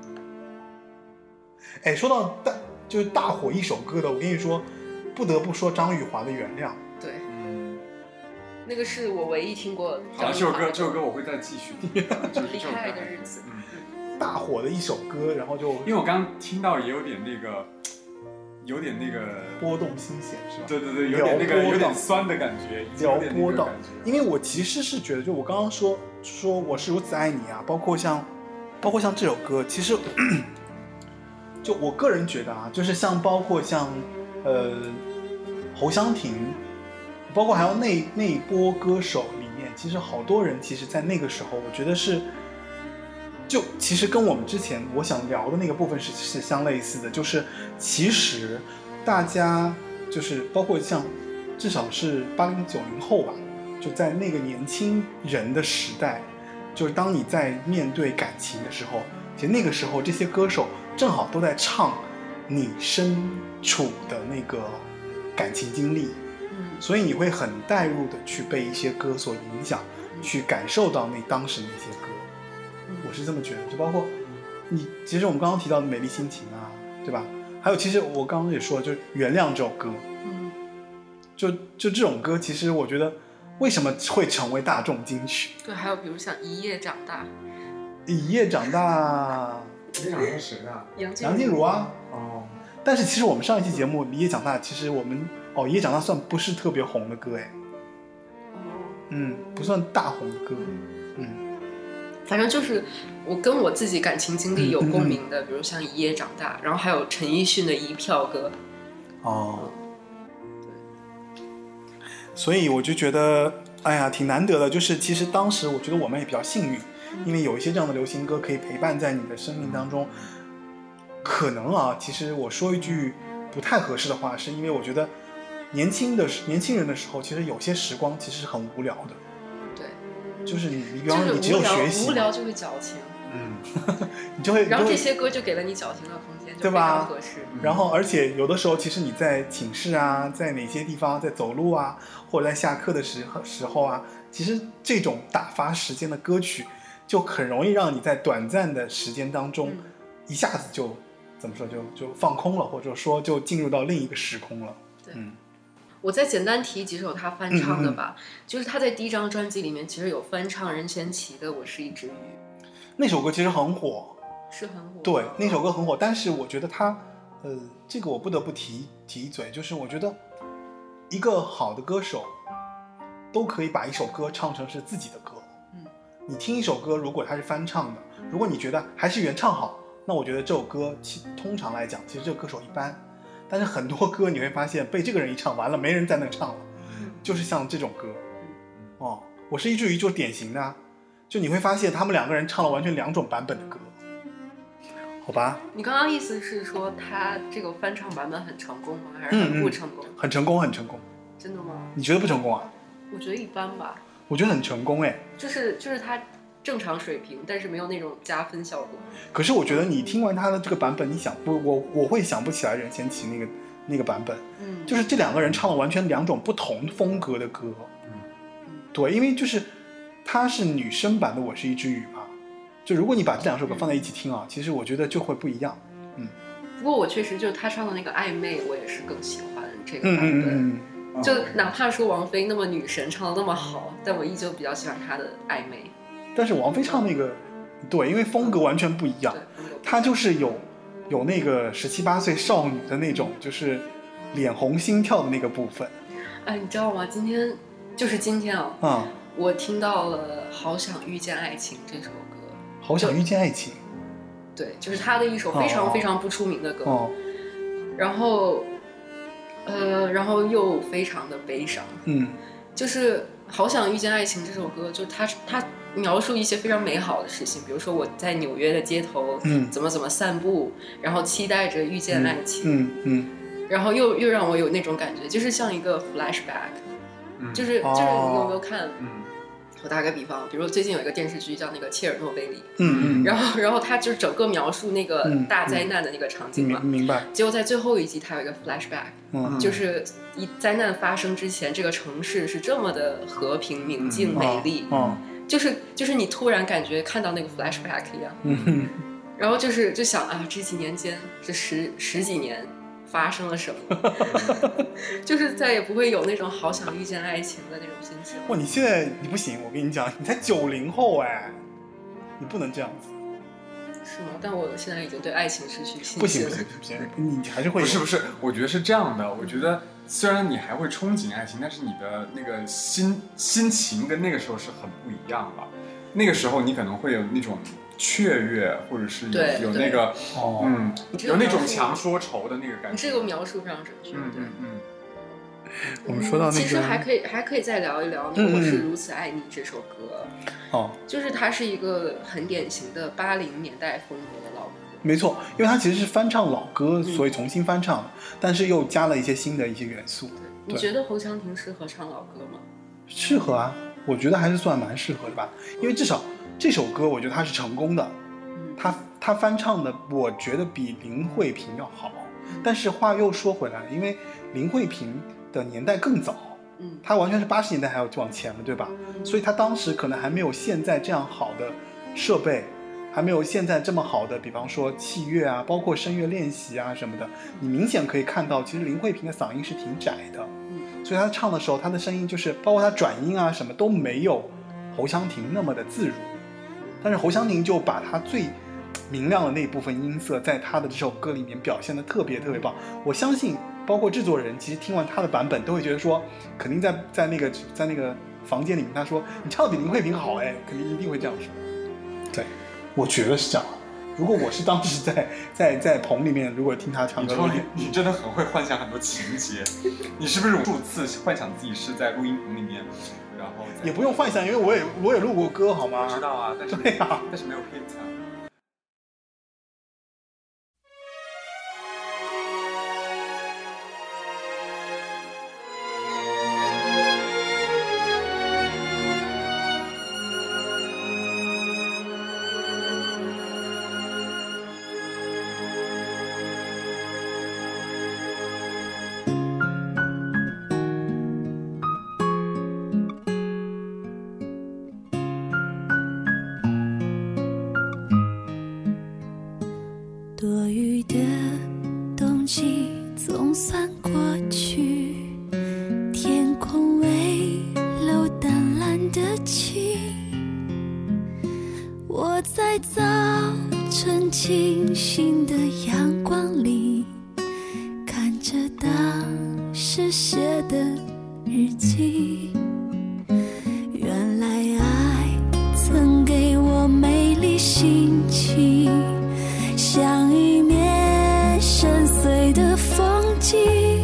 哎，说到就是大火一首歌的，我跟你说，不得不说张玉华的《原谅》。 对，那个是我唯一听过张玉华的。这首歌我会再继续听。 离开爱的日子。 大火的一首歌，然后就因为我刚刚听到也有点那个， 有点那个波动心弦是吧？ 对对对，有点那个有点酸的感觉， 撩拨到。因为我其实是觉得，就我刚刚说我是如此爱你啊，包括像这首歌，其实就我个人觉得啊，就是包括像侯湘婷，包括还有那一波歌手里面，其实好多人其实在那个时候，我觉得是。就其实跟我们之前我想聊的那个部分是相类似的，就是其实大家就是包括像至少是80、90后吧，就在那个年轻人的时代，就是当你在面对感情的时候，其实那个时候这些歌手正好都在唱你身处的那个感情经历，所以你会很带入的去被一些歌所影响，去感受到当时那些歌。我是这么觉得，就包括你，其实我们刚刚提到的《美丽心情》啊，对吧？还有，其实我刚刚也说了，就是《原谅》这首歌，就这种歌，其实我觉得为什么会成为大众金曲？ 对，还有比如像《一夜长大》， 一夜长大， 一夜长大是谁啊？ 梁静茹啊。 哦。 但是其实我们上一期节目《一夜长大》，其实我们一夜长大算不是特别红的歌哎。不算大红的歌。 反正就是我跟我自己感情经历有共鸣的，比如像《一夜长大》，然后还有陈奕迅的《一票歌》。 对。所以我就觉得，哎呀，挺难得的。就是其实当时我觉得我们也比较幸运，因为有一些这样的流行歌可以陪伴在你的生命当中。可能啊，其实我说一句不太合适的话，是因为我觉得年轻人的时候，其实有些时光其实是很无聊的。就是你比方说你只有学习， 无聊就会矫情， 你就会， 然后这些歌就给了你矫情的空间，就非常合适。 然后而且有的时候，其实你在寝室啊，在哪些地方，在走路啊，或者在下课的时候啊，其实这种打发时间的歌曲，就很容易让你在短暂的时间当中，一下子就怎么说就放空了，或者说就进入到另一个时空了。 对。我再简单提几首他翻唱的吧，就是他在第一张专辑里面其实有翻唱任贤齐的《我是一只鱼》， 那首歌其实很火， 是很火。 对，那首歌很火，但是我觉得他，这个我不得不提一嘴，就是我觉得一个好的歌手都可以把一首歌唱成是自己的歌。你听一首歌，如果他是翻唱的，如果你觉得还是原唱好，那我觉得这首歌通常来讲，其实这个歌手一般。但是很多歌你会发现被这个人一唱完了，没人再能唱了，就是像这种歌，我是一只鱼就是典型的，就你会发现他们两个人唱了完全2种版本的歌，好吧？ 你刚刚意思是说他这个翻唱版本很成功吗？还是很不成功？ 很成功，很成功。 真的吗？ 你觉得不成功啊？ 我觉得一般吧。 我觉得很成功哎， 就是他正常水平，但是没有那种加分效果。 可是我觉得你听完他的这个版本，你想不，我会想不起来任贤齐那个版本，就是这两个人唱了完全2种不同风格的歌，对，因为就是他是女生版的《我是一只鱼》嘛，就如果你把这2首歌放在一起听啊，其实我觉得就会不一样， 不过我确实就是他唱的那个暧昧，我也是更喜欢这个版本。就哪怕说王菲那么女神唱的那么好，但我依旧比较喜欢她的暧昧。 但是王菲唱那个，对，因为风格完全不一样，她就是有那个17、18岁少女的那种，就是脸红心跳的那个部分。 哎，你知道吗？今天啊，我听到了《好想遇见爱情》这首歌。 好想遇见爱情。 对，就是他的一首非常非常不出名的歌。然后又非常的悲伤。就是《好想遇见爱情》这首歌，就他描述一些非常美好的事情，比如说我在纽约的街头，怎么散步，然后期待着遇见爱情，然后又让我有那种感觉，就是像一个 flashback，就是你有没有看？我打个比方，比如最近有一个电视剧叫那个《切尔诺贝利》，然后他就整个描述那个大灾难的那个场景嘛， 明白。 结果在最后一集，它有一个 flashback，就是灾难发生之前，这个城市是这么的和平、宁静、美丽，就是你突然感觉看到那个 flashback 一样，然后就想啊，这几年间，这十几年。发生了什么就是再也不会有那种好想遇见爱情的那种心情。 哇，你现在你不行，我跟你讲，你才90后哎，你不能这样子。 是吗？但我现在已经对爱情失去信心了。 不行不行不行，你还是会不是，我觉得是这样的。我觉得虽然你还会憧憬爱情，但是你的那个心情跟那个时候是很不一样了。那个时候你可能会有那种雀跃，或者是有那个有那种强说愁的那个感觉。 你这个描述非常准确。 我们说到那个， 其实还可以再聊一聊那个《我是如此爱你》这首歌。就是它是一个很典型的80年代风格的老歌。 没错，因为它其实是翻唱老歌，所以重新翻唱的，但是又加了一些新的一些元素。 你觉得侯湘婷适合唱老歌吗？ 适合啊，我觉得还是算蛮适合的吧，因为至少这首歌我觉得它是成功的。他翻唱的，我觉得比林慧萍要好。但是话又说回来，因为林慧萍的年代更早，他完全是80年代还要往前了，对吧？所以他当时可能还没有现在这样好的设备，还没有现在这么好的，比方说器乐啊，包括声乐练习啊什么的。你明显可以看到，其实林慧萍的嗓音是挺窄的，所以他唱的时候，他的声音就是包括他转音啊什么都没有侯湘婷那么的自如。但是侯湘婷就把他最明亮的那部分音色，在他的这首歌里面表现得特别特别棒。我相信包括制作人其实听完他的版本都会觉得说，肯定在那个房间里面，他说你唱的比林慧萍好，肯定一定会这样说。对，我觉得是这样。如果我是当时在棚里面，如果听他唱歌， 你真的很会幻想很多情节。你是不是无数次幻想自己是在录音棚里面，然后也不用幻想，因为我也录过歌，好吗？ 我知道啊，但是对啊， 但是没有 hit 啊。 多余的冬季总算过去，天空微露淡蓝的晴。我在早晨清新的阳光里，看着当时写的日记。原来爱曾给我美丽心情，像一面深邃的风景。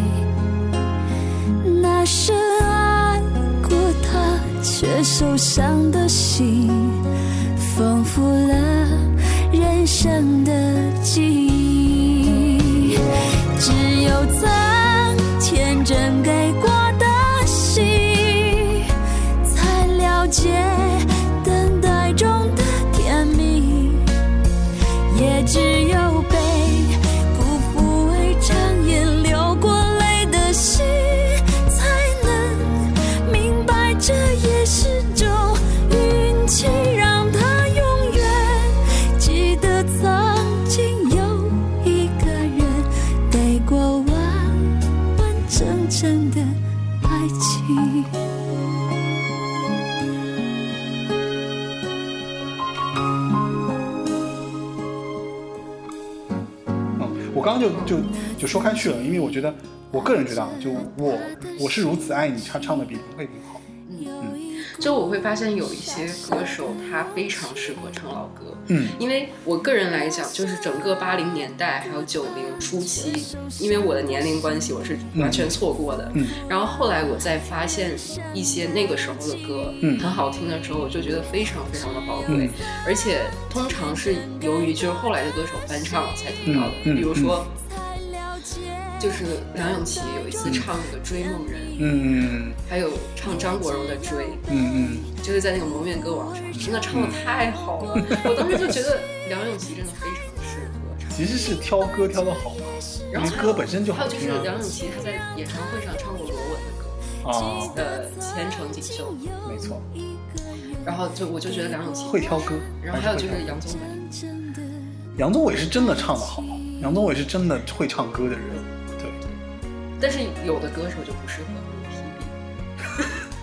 那深爱过他却受伤的心，丰富了人生的记忆。只有曾天真给过的心，才了解等待中的甜蜜。也只有被辜负为常年流过泪的心，才能明白这也是种运气，让他永远记得曾经有一个人给过完完整整的爱情。 我刚刚就说开去了，因为我觉得，我个人觉得啊，就我是如此爱你，他唱的比林慧萍好。 就我会发现有一些歌手他非常适合唱老歌，因为我个人来讲，就是整个80年代还有90初期，因为我的年龄关系，我是完全错过的。然后后来我再发现一些那个时候的歌，很好听的时候，我就觉得非常非常的宝贵，而且通常是由于就是后来的歌手翻唱才听到的，比如说。就是梁咏琪有一次唱那个《追梦人》，还有唱张国荣的《追》，就是在那个蒙面歌王上，真的唱的太好了。我当时就觉得梁咏琪真的非常适合唱。 其实是挑歌挑的好嘛， 然后歌本身就好听。 还有就是梁咏琪她在演唱会上唱过罗文的歌，千城锦绣， 没错。 然后我就觉得梁咏琪会挑歌， 然后还有就是杨宗纬， 杨宗纬是真的唱的好，杨宗纬是真的会唱歌的人。但是有的歌手就不适合批评，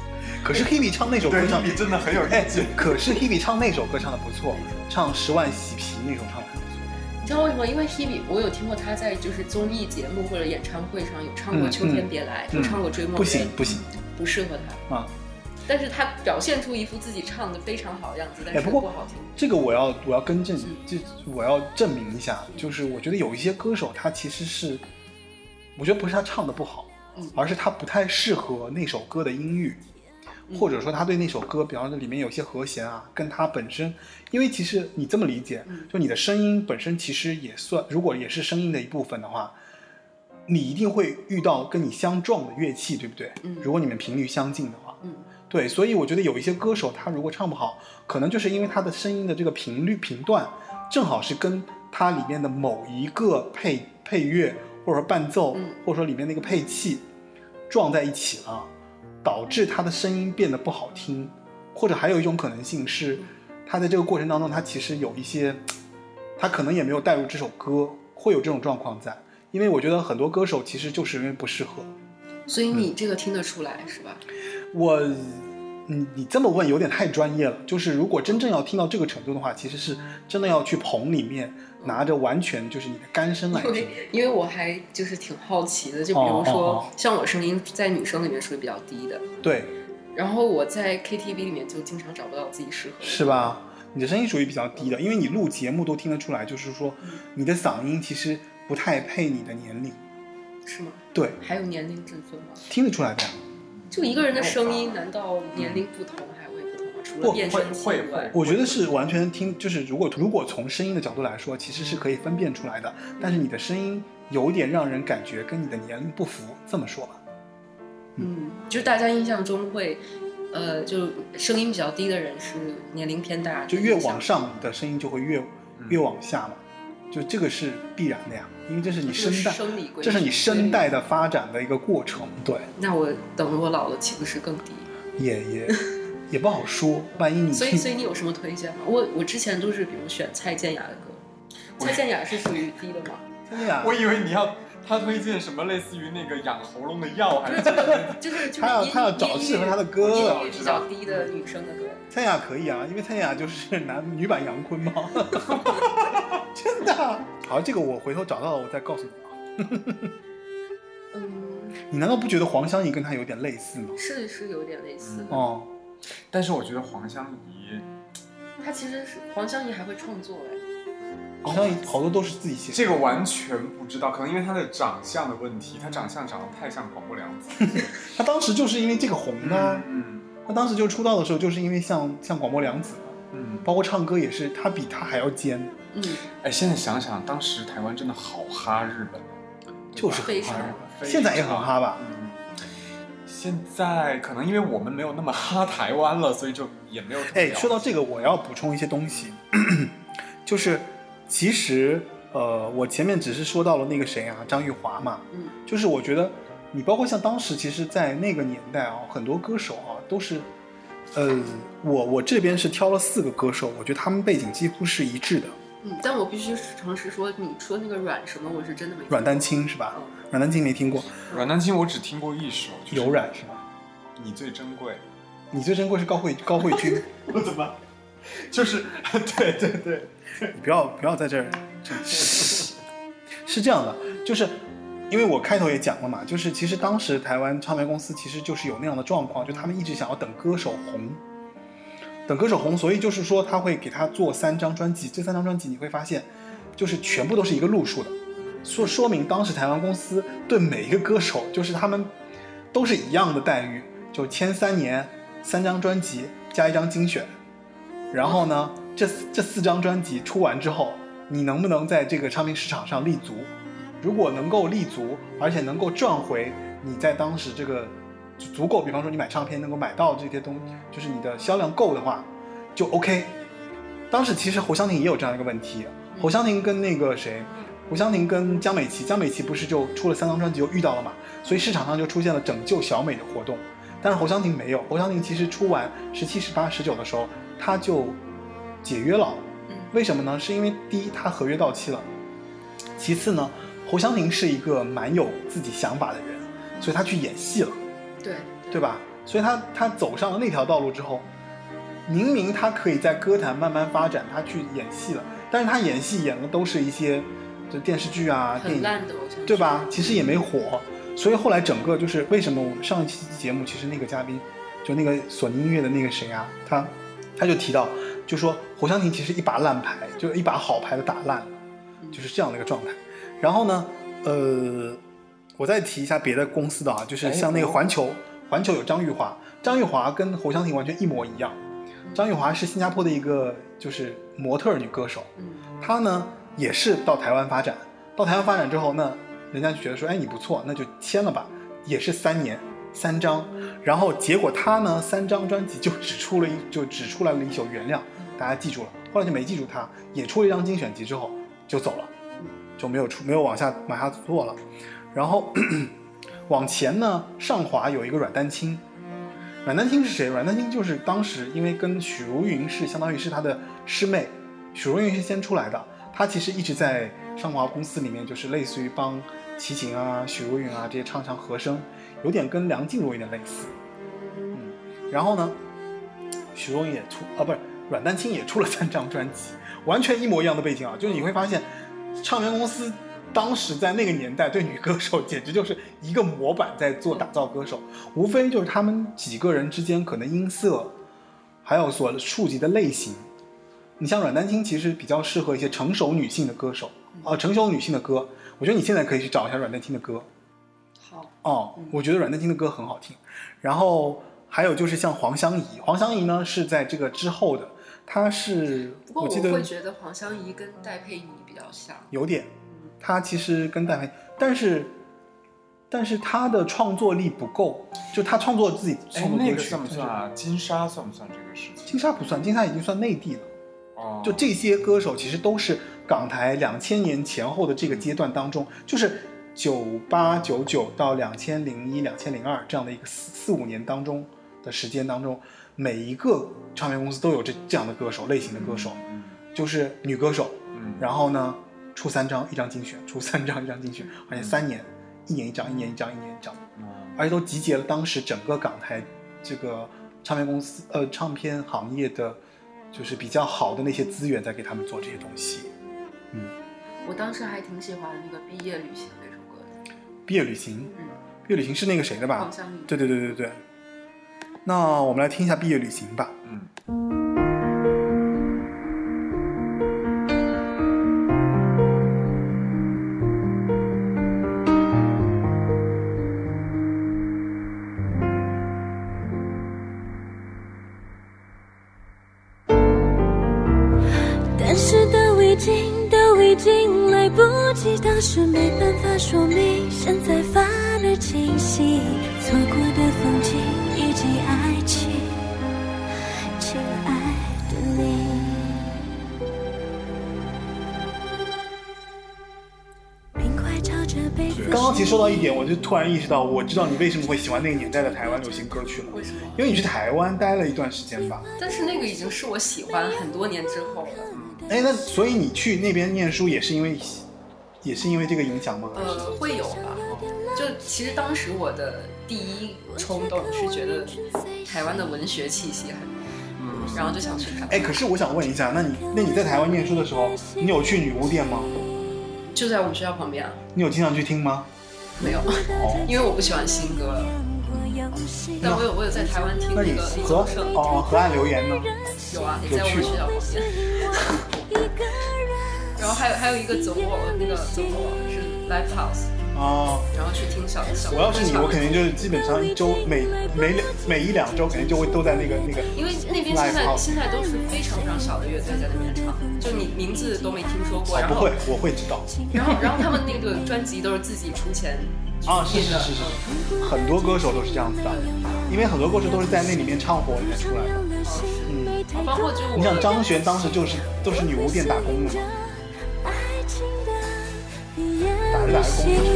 可是 Hebe 唱那首歌唱 Hebe 真的很有意境。 可是 Hebe 唱那首歌唱的不错，唱10万洗皮那首唱的很不错。 你知道为什么？因为 Hebe 我有听过她在就是综艺节目或者演唱会上有唱过《秋天别来》，有唱过《追梦人》。 不行， 不适合她啊。但是她表现出一副自己唱的非常好的样子，但是不好听。 这个我要更正，我要证明一下，就是我觉得有一些歌手他其实是，我觉得不是他唱的不好，而是他不太适合那首歌的音域。或者说他对那首歌，比方说里面有些和弦啊，跟他本身，因为其实你这么理解，就你的声音本身其实也算，如果也是声音的一部分的话，你一定会遇到跟你相撞的乐器，对不对？如果你们频率相近的话，对，所以我觉得有一些歌手他如果唱不好，可能就是因为他的声音的这个频段正好是跟他里面的某一个配乐或者说伴奏，或者说里面那个配器撞在一起了。导致他的声音变得不好听，或者还有一种可能性是，他在这个过程当中，他其实有一些，他可能也没有带入这首歌，会有这种状况在。因为我觉得很多歌手其实就是因为不适合。 所以你这个听得出来是吧？ 你这么问有点太专业了。就是如果真正要听到这个程度的话，其实是真的要去棚里面拿着完全就是你的干声来听。 因为我还就是挺好奇的，就比如说像我声音在女生里面属于比较低的， 对。 然后我在 KTV 里面就经常找不到自己适合的， 是吧？你的声音属于比较低的，因为你录节目都听得出来，就是说你的嗓音其实不太配你的年龄。 是吗？ 对。 还有年龄之分吗？ 听得出来的呀。 就一个人的声音，难道年龄不同还会不同吗？除了变声器以外， 我觉得是完全听，就是如果从声音的角度来说，其实是可以分辨出来的。但是你的声音有点让人感觉跟你的年龄不符，这么说吧。 就是大家印象中会，就声音比较低的人是年龄偏大， 就越往上你的声音就会越往下嘛，就这个是必然的呀。因为这是你声带，这是你声带的发展的一个过程。对， 那我等我老了岂不是更低？ 也不好说，万一你所以你有什么推荐吗？我之前都是比如选蔡健雅的歌。蔡健雅是属于低的吗？ 蔡健雅， 我以为你要他推荐什么类似于那个养喉咙的药，还是就是他要找适合他的歌， 比较低的女生的歌。 蔡健雅可以啊，因为蔡健雅就是女版杨坤嘛。真的。好，这个我回头找到了，我再告诉你啊。你难道不觉得黄湘怡跟她有点类似吗？ 是有点类似哦。 但是我觉得黄湘怡， 她其实是黄湘怡还会创作黄湘怡好多都是自己写的。 这个完全不知道，可能因为她的长相的问题，她长相长得太像广播凉子。 她当时就是因为这个红的。她当时就出道的时候就是因为像广播凉子。包括唱歌也是，她比她还要尖。 现在想想，当时台湾真的好哈日本， 就是很哈日本， 现在也很哈吧。 现在可能因为我们没有那么哈台湾了，所以就也没有。 说到这个，我要补充一些东西，就是其实我前面只是说到了那个谁啊，张玉华嘛，就是我觉得你包括像当时，其实，在那个年代啊，很多歌手啊都是。我这边是挑了4个歌手，我觉得他们背景几乎是一致的。 但我必须诚实说，你说那个阮什么，我是真的没听过。 阮丹青是吧？阮丹青没听过。 阮丹青我只听过一首，就是有染是吧？ 你最珍贵。 你最珍贵是高慧君。 我怎么？就是对。 你不要在这儿。是这样的，就是因为我开头也讲了嘛，就是其实当时台湾唱片公司其实就是有那样的状况，就他们一直想要等歌手红，所以就是说他会给他做3张专辑，这3张专辑你会发现就是全部都是一个路数的，说明当时台湾公司对每一个歌手就是他们都是一样的待遇，就签3年3张专辑加1张精选，然后呢这4张专辑出完之后，你能不能在这个唱片市场上立足，如果能够立足，而且能够赚回你在当时这个足够，比方说你买唱片能够买到这些东西，就是你的销量够的话就 OK。 当时其实侯湘婷也有这样一个问题，侯湘婷跟那个谁，侯湘婷跟江美琪不是就出了3张专辑就遇到了嘛，所以市场上就出现了拯救小美的活动。但是侯湘婷没有，侯湘婷其实出完17、18、19的时候她就解约了。为什么呢？是因为第一她合约到期了，其次呢侯湘婷是一个蛮有自己想法的人，所以她去演戏了，对吧？ 所以他走上了那条道路之后，明明他可以在歌坛慢慢发展，他去演戏了，但是他演戏演的都是一些就电视剧啊、电影， 很烂的偶像剧， 对吧？其实也没火，所以后来整个就是为什么我们上一期节目，其实那个嘉宾就那个索尼音乐的那个谁啊，他就提到，就说侯湘婷其实一把烂牌，就是一把好牌的打烂了，就是这样的一个状态。然后呢，我再提一下别的公司的啊，就是像那个环球有张玉华跟侯湘婷完全一模一样。张玉华是新加坡的一个就是模特女歌手，她呢也是到台湾发展，之后，那人家就觉得说，哎，你不错，那就签了吧，也是3年3张，然后结果她呢3张专辑就只出来了一首《原谅》，大家记住了，后来就没记住她，也出了一张精选集之后就走了，就没有往下做了。然后往前呢，上华有一个阮丹青是谁？阮丹青就是当时因为跟许茹芸是相当于是她的师妹，许茹芸是先出来的，她其实一直在上华公司里面就是类似于帮齐秦啊、许茹芸啊这些唱和声，有点跟梁静茹有点类似。然后呢，许茹芸也阮丹青也出了3张专辑，完全一模一样的背景啊，就是你会发现唱片公司当时在那个年代对女歌手简直就是一个模板在做打造歌手，无非就是他们几个人之间可能音色还有所触及的类型。你像阮丹青其实比较适合一些成熟女性的歌手，成熟女性的歌，我觉得你现在可以去找一下阮丹青的歌。 好， 我觉得阮丹青的歌很好听。然后还有就是像黄湘怡呢是在这个之后的，她是不过我记得会觉得黄湘怡跟戴佩妮比较像， 有点，她其实跟戴佩，但是她的创作力不够，就她创作自己创作歌曲。 那个算不算啊？金莎算不算这个事情？ 金莎不算，金莎已经算内地了。就这些歌手其实都是港台2000年前后的这个阶段当中，就是98、99到2001、2002这样的一个4-5年当中的时间当中，每一个唱片公司都有这样的歌手类型的歌手，就是女歌手，然后呢出3张一张精选，出3张一张精选，而且3年1年1张，1年1张，1年1张，而且都集结了当时整个港台这个唱片公司唱片行业的就是比较好的那些资源在给他们做这些东西。 我当时还挺喜欢那个《毕业旅行》那首歌的。 毕业旅行，毕业旅行是那个谁的吧？ 黄湘怡。 对。那我们来听一下《毕业旅行》吧。 但是都已经来不及，当时没办法说明，现在反而清晰，错过的风景以及爱情，亲爱的你。冰块朝着北风。 刚刚其实说到一点，我就突然意识到，我知道你为什么会喜欢那个年代的台湾流行歌曲了。 为什么？ 因为你去台湾待了一段时间吧。 但是那个已经是我喜欢很多年之后了。 那所以你去那边念书也是因为这个影响吗？ 会有吧。就其实当时我的第一冲动是觉得台湾的文学气息很然后就想去台湾。 可是我想问一下，那你在台湾念书的时候，你有去女巫店吗？ 就在我们学校旁边啊。 你有经常去听吗？ 没有，因为我不喜欢新歌。但我有在台湾听那个李宗盛。 河岸留言呢？ 有啊，也在我们学校旁边。然后还有一个走火是 Live House。然后去听小我要是你，我肯定就是基本上一周每1-2周肯定就会都在那个。 因为那边现在都是非常非常小的乐队在那边唱，就你名字都没听说过。 不会，我会知道。 然后他们那个专辑都是自己出钱印的。 是，很多歌手都是这样子的，因为很多歌手都是在那里面唱火里面出来的。 包括就你想张悬当时都是女巫店打工的嘛。打着工的。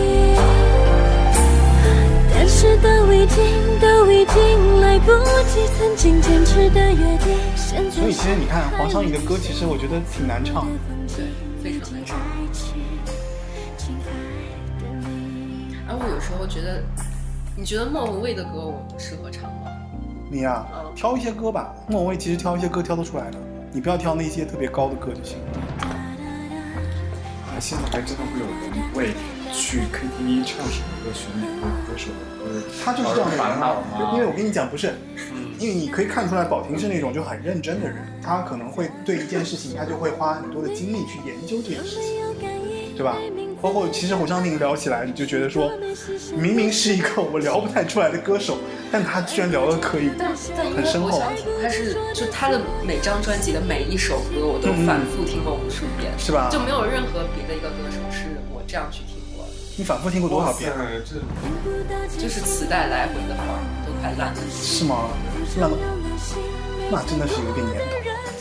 但是都已经来不及，曾经坚持的约定。 所以其实你看黄湘怡的歌，其实我觉得挺难唱的。 对，非常难唱。而我有时候觉得你觉得莫文蔚的歌我适合唱吗？ 你呀、挑一些歌吧。莫文蔚其实挑一些歌挑得出来的，你不要挑那些特别高的歌就行。 现在还真的会有人为去 KTV 唱什么歌、选哪个歌手的歌， 他就是这样的人烦恼吗？ 因为我跟你讲，不是，因为你可以看出来，宝婷是那种就很认真的人，他可能会对一件事情，他就会花很多的精力去研究这件事情，对吧？包括其实侯湘婷聊起来，你就觉得说，明明是一个我聊不太出来的歌手，但他居然聊得可以但因为很深厚。 侯湘婷，他是就他的每张专辑的每一首歌，我都反复听过无数遍， 是吧？ 就没有任何别的一个歌手是我这样去听过的。 你反复听过多少遍？ 就是磁带来回的话，都快烂了。 是吗？那真的是有点年头。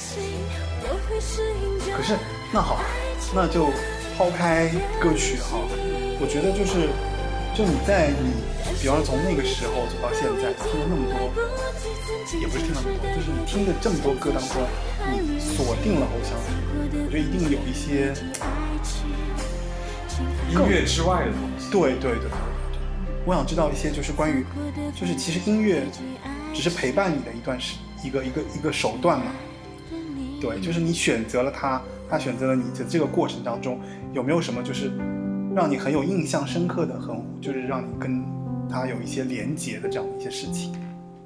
可是那好，那就抛开歌曲哈，我觉得就你在比方说从那个时候走到现在，听了那么多，也不是听了那么多，就是你听的这么多歌当中，你锁定了侯湘婷，我觉得一定有一些音乐之外的东西。 对，我想知道一些就是关于，就是其实音乐只是陪伴你的一个手段嘛。对，就是你选择了他选择了你的这个过程当中，有没有什么就是让你很有印象深刻的，就是让你跟他有一些连结的这样的一些事情？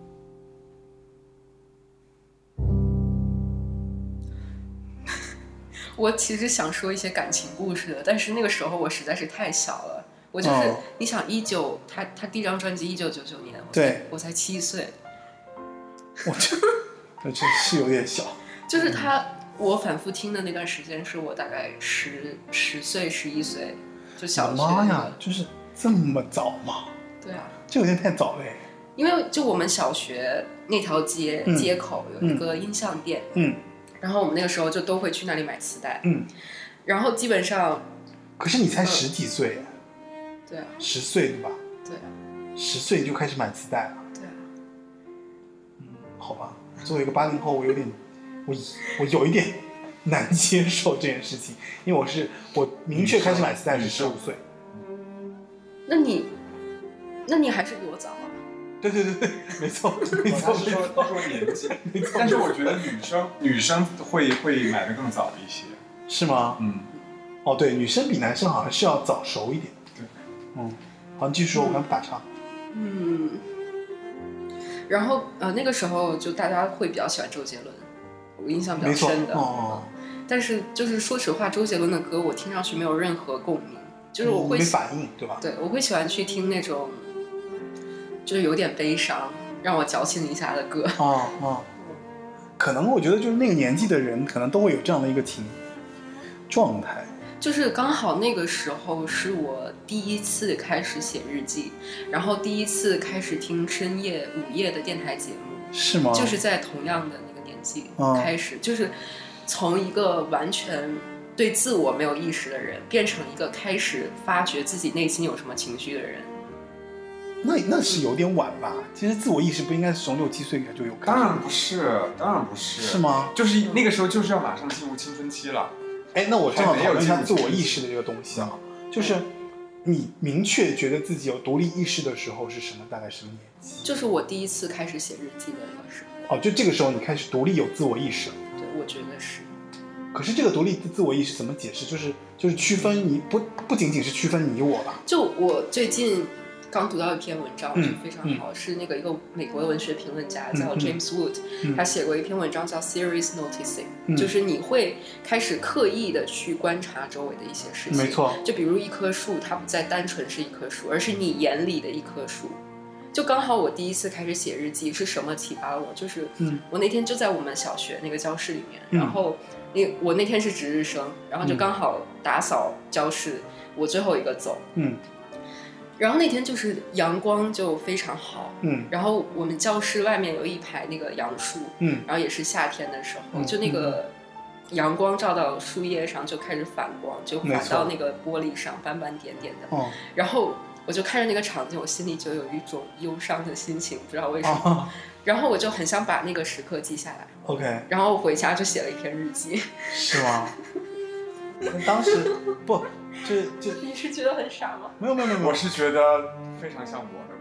我其实想说一些感情故事的，但是那个时候我实在是太小了。我就是，你想他第一张专辑1999年， 对， 我才7岁。 我这是有点小。 就是我反复听的那段时间是我大概10岁11岁，就小学。 妈呀，就是这么早吗？ 对啊， 这有点太早了。 因为就我们小学那条街口有一个音像店，然后我们那个时候就都会去那里买磁带，然后基本上。 可是你才10几岁。 对啊 ，10岁对吧？ 对啊 ，10岁你就开始买磁带了。 对啊， 好吧，作为一个80后，我有一点难接受这件事情，因为我明确开始买磁带是15岁。 那你还是比我早啊？ 对，没错。 他是说年纪，但是我觉得女生会买的更早一些， 是吗？哦，对，女生比男生好像是要早熟一点。对，好，你继续说，我刚打岔。 然后那个时候就大家会比较喜欢周杰伦，我印象比较深的。但是就是说实话，周杰伦的歌我听上去没有任何共鸣，就是我会没反应，对吧？ 对，我会喜欢去听那种就是有点悲伤，让我矫情一下的歌。 可能我觉得就是那个年纪的人，可能都会有这样的一个状态。 就是刚好那个时候是我第一次开始写日记，然后第一次开始听深夜午夜的电台节目。 是吗？ 就是在同样的那个年纪开始，就是从一个完全对自我没有意识的人，变成一个开始发掘自己内心有什么情绪的人。 那是有点晚吧？其实自我意识不应该是从6、7岁就有？ 当然不是。是吗？ 就是那个时候就是要马上进入青春期了。 那我正好讨论一下自我意识的这个东西啊，就是你明确觉得自己有独立意识的时候是什么？大概什么年纪？ 就是我第一次开始写日记的那个时候。 就这个时候你开始独立有自我意识了。 对，我觉得是。 可是这个独立的自我意识怎么解释？就是区分你不仅仅是区分你我吧？ 就我最近刚读到一篇文章，就非常好，是那个一个美国的文学评论家叫 James Wood，他写过一篇文章叫 Serious Noticing，就是你会开始刻意的去观察周围的一些事情。 没错， 就比如一棵树，它不再单纯是一棵树，而是你眼里的一棵树。就刚好我第一次开始写日记是什么启发了我？就是我那天就在我们小学那个教室里面，然后我那天是值日生，然后就刚好打扫教室，我最后一个走。然后那天就是阳光就非常好，然后我们教室外面有一排那个杨树，然后也是夏天的时候，就那个阳光照到树叶上就开始反光，就反到那个玻璃上斑斑点点的，然后我就看着那个场景，我心里就有一种忧伤的心情，不知道为什么，然后我就很想把那个时刻记下来。 OK， 然后回家就写了一篇日记。 是吗？当时不，这你是觉得很傻吗？ 没有， 我是觉得非常像我的故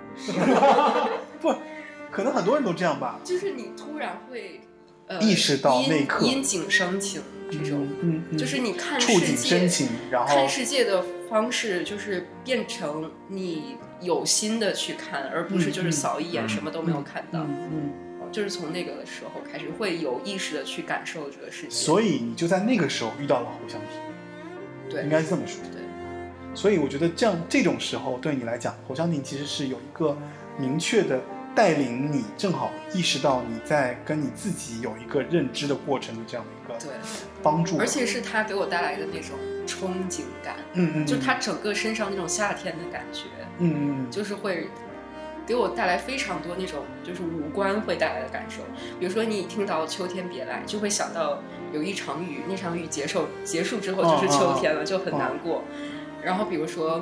不，可能很多人都这样吧。 就是你突然会意识到那一刻因景生情这种，就是你看触景生情，然后看世界的方式就是变成你有心的去看，而不是就是扫一眼什么都没有看到。就是从那个时候开始会有意识的去感受这个世界。所以你就在那个时候遇到了侯湘婷， 对， 应该是这么说。 对， 所以我觉得这种时候对你来讲，侯湘婷其实是有一个明确的带领你，正好意识到你在跟你自己有一个认知的过程的这样的一个帮助， 而且是他给我带来的那种憧憬感，就他整个身上那种夏天的感觉，就是会给我带来非常多那种就是五官会带来的感受。比如说你听到秋天别来，就会想到有一场雨，那场雨结束之后就是秋天了，就很难过。然后比如说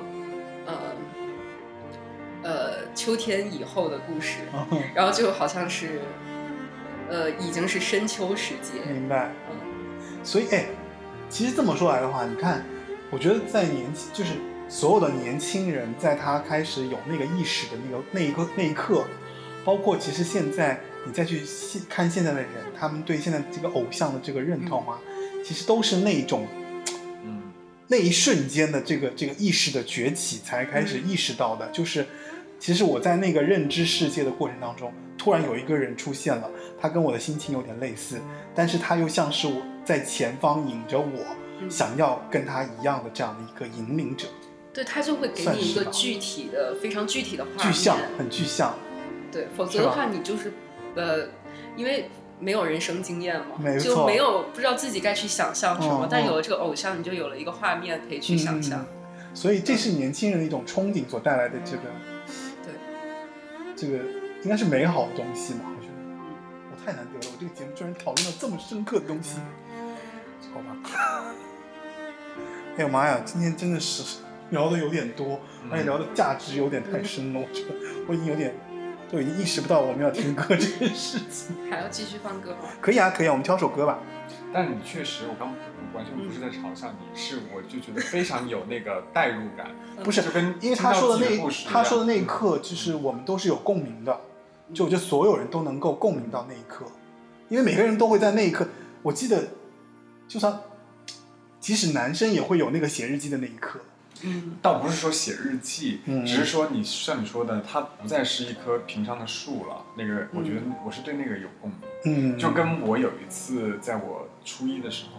秋天以后的故事，然后就好像是已经是深秋时节。 明白。所以其实这么说来的话，你看，我觉得在就是所有的年轻人，在他开始有那个意识的那一刻，包括其实现在你再去看现在的人，他们对现在这个偶像的这个认同啊，其实都是那种那一瞬间的这个意识的崛起才开始意识到的，就是其实我在那个认知世界的过程当中，突然有一个人出现了，他跟我的心情有点类似，但是他又像是我在前方引着我，想要跟他一样的这样的一个引领者。 对，他就会给你一个具体的非常具体的画面， 具象，很具象。 对，否则的话你就是因为没有人生经验嘛， 就没有不知道自己该去想象什么，但有了这个偶像，你就有了一个画面可以去想象。 所以这是年轻人的一种憧憬所带来的这个，这个应该是美好的东西嘛？我觉得我太难得了，我这个节目居然讨论到这么深刻的东西，好吧？哎呦妈呀，今天真的是聊的有点多，而且聊的价值有点太深了，我觉得我已经都已经意识不到我们要听歌这件事情。 还要继续放歌吗？ 可以啊，可以啊，我们挑首歌吧。 但你确实，我刚完全不是在嘲笑你，是我就觉得非常有那个代入感。 不是， 就跟因为他说的那一刻，就是我们都是有共鸣的，就我觉得所有人都能够共鸣到那一刻，因为每个人都会在那一刻。我记得，就算即使男生也会有那个写日记的那一刻。 倒不是说写日记，只是说像你说的，它不再是一棵平常的树了。那个，我觉得我是对那个有共鸣。就跟我有一次，在我初一的时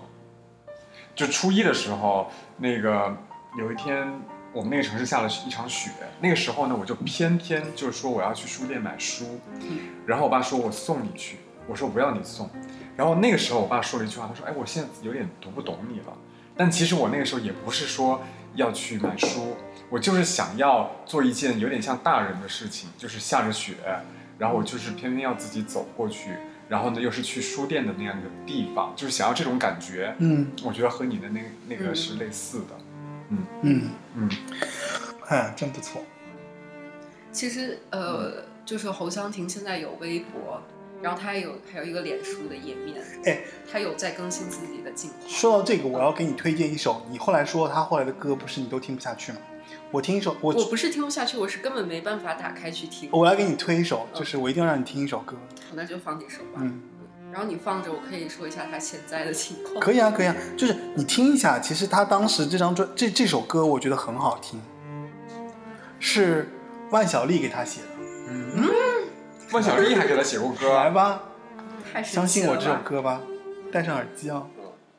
候，那个有一天，我们那个城市下了一场雪。那个时候呢，我就偏偏就说我要去书店买书，然后我爸说我送你去，我说我不要你送。然后那个时候我爸说了一句话，他说：“哎，我现在有点读不懂你了。”但其实我那个时候也不是说要去买书，我就是想要做一件有点像大人的事情，就是下着雪，然后我就是偏偏要自己走过去，然后呢又是去书店的那样一个地方，就是想要这种感觉。我觉得和你的那个是类似的。 哎，真不错。 其实就是侯湘婷现在有微博，然后他还有一个脸书的页面，他有在更新自己的近况。 说到这个，我要给你推荐一首，你后来说他后来的歌不是你都听不下去吗？我听一首，我不是听不下去，我是根本没办法打开去听。 我要给你推一首，就是我一定要让你听一首歌。 好，那就放这首吧。然后你放着，我可以说一下他现在的情况。 可以啊，可以啊，就是你听一下，其实他当时这首歌我觉得很好听，是万晓利给他写的。 万晓利还给他写过歌。 来吧， 太神奇了吧， 相信我这首歌吧，戴上耳机啊。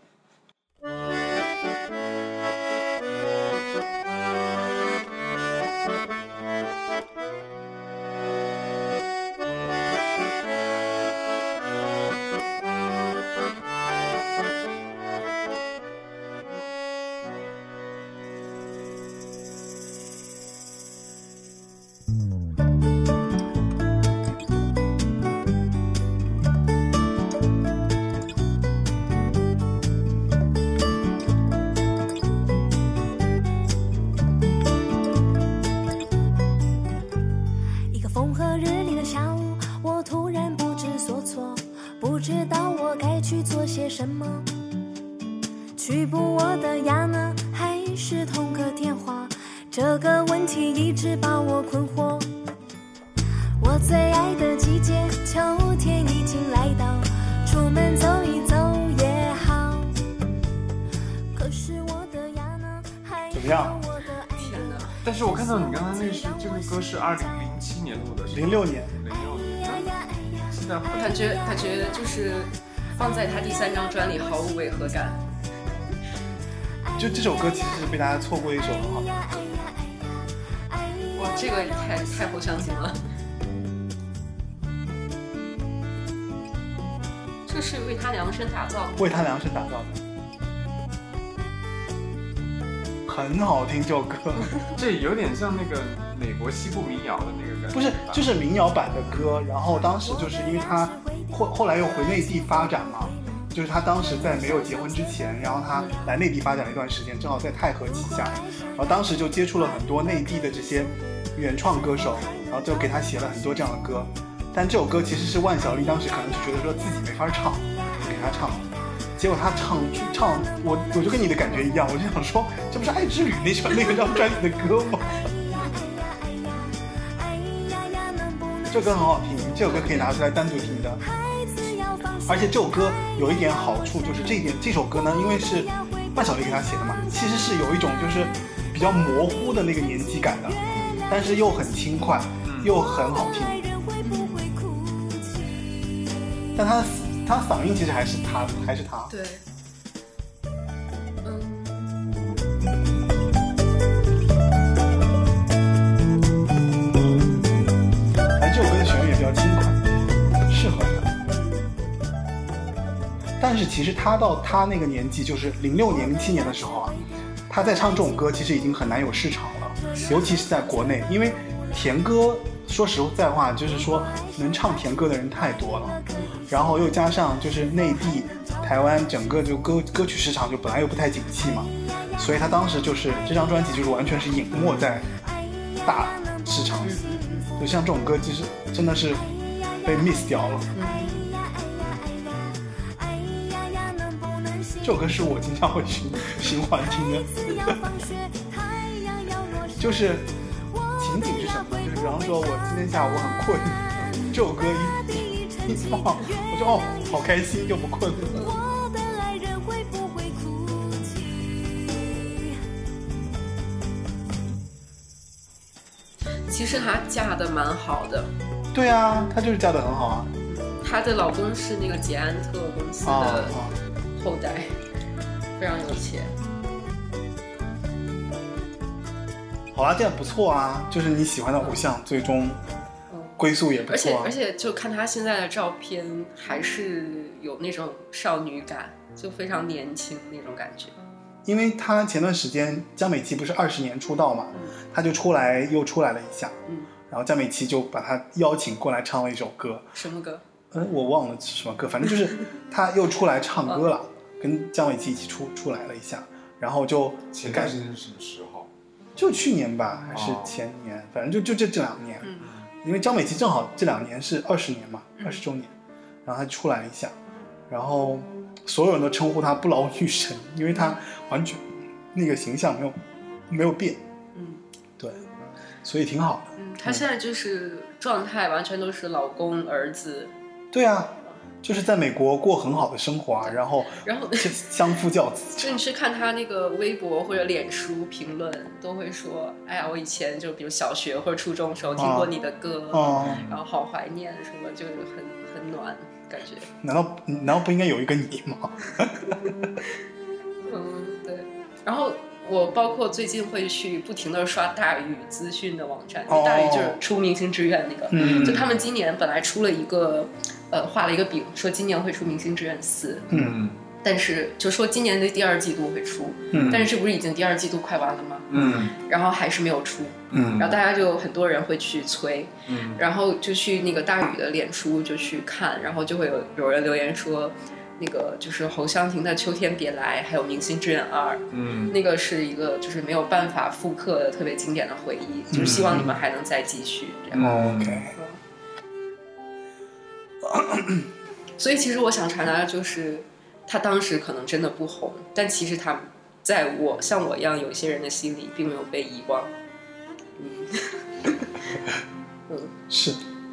什么去补我的牙呢，还是通个电话？这个问题一直把我困惑。 最爱的季节，秋天已经来到，出门走一走也好。可是我的呀呢，还怎么样？ 天哪！ 但是我看到你刚刚这个歌是2007年录的，是 06年， 现在感觉就是放在他第3张专里毫无违和感。 就这首歌其实是被大家错过一首很好的歌。 哇，这个也太后相亲了。这是为他量身打造的， 为他量身打造的，很好听这首歌。 这有点像那个美国西部民谣的那个感觉。 不是，就是民谣版的歌。然后当时就是因为他后来又回内地发展嘛，就是他当时在没有结婚之前，然后他来内地发展了一段时间，正好在太和旗下，然后当时就接触了很多内地的这些原创歌手，然后就给他写了很多这样的歌。但这首歌其实是万晓利当时可能是觉得说自己没法唱，给他唱，结果他唱，我就跟你的感觉一样，我就想说，这不是《爱之旅》那个张专辑的歌吗？这歌很好听，这首歌可以拿出来单独听的。而且这首歌有一点好处，就是这首歌呢，因为是万晓利给他写的嘛，其实是有一种就是比较模糊的那个年纪感的，但是又很轻快，又很好听。但他嗓音其实还是他。 对。 这首歌的旋律也比较轻快，适合他。但是其实他到他那个年纪，就是06年、07年的时候啊，他在唱这种歌其实已经很难有市场了，尤其是在国内，因为甜歌，说实在话，就是说能唱甜歌的人太多了，然后又加上就是内地、台湾整个就歌曲市场就本来又不太景气嘛，所以他当时就是这张专辑就是完全是隐没在大市场，就像这种歌其实真的是被 miss 掉了。这首歌是我经常会循环听的，就是情景是什么？就是比方说我今天下午很困，这首歌一放，我就好开心，就不困了。 其实她嫁得蛮好的。 对啊，她就是嫁得很好啊。 她的老公是那个捷安特公司的后代，非常有钱。 好啦，这样不错啊，就是你喜欢的偶像最终归宿也不错啊。 而且就看她现在的照片，还是有那种少女感，就非常年轻那种感觉。 因为她前段时间江美琪不是20年出道嘛，她就又出来了一下，然后江美琪就把她邀请过来唱了一首歌。 什么歌？ 我忘了是什么歌，反正就是她又出来唱歌了，跟江美琪一起出来了一下，然后就前段时间是什么时候？ 就去年吧，还是前年，反正就这2年，因为张美琪正好这2年是20年嘛，20周年，然后她出来了一下，然后所有人都称呼她不老女神，因为她完全那个形象没有变，对，所以挺好的。 她现在就是状态完全都是老公儿子。 对啊。就是在美国过很好的生活啊，然后相夫教子。 就你去看他那个微博或者脸书评论，都会说：“哎呀，我以前就比如小学或者初中的时候听过你的歌，然后好怀念什么，就是很暖感觉。” 难道不应该有一个你吗？ 对。然后我包括最近会去不停的刷大宇资讯的网站，因为大宇就是出明星志愿那个，就他们今年本来出了一个。画了一个饼，说今年会出《明星志愿4》，但是就说今年的第2季度会出，但是这不是已经第2季度快完了吗？然后还是没有出，然后大家就很多人会去催，然后就去那个大宇的脸书就去看，然后就会有人留言说，那个就是侯湘婷的《秋天别来》，还有《明星志愿2》，那个是一个就是没有办法复刻的特别经典的回忆，就是希望你们还能再继续这样。 OK。 所以其实我想传达的就是，他当时可能真的不红，但其实他在像我一样有一些人的心里并没有被遗忘。 是。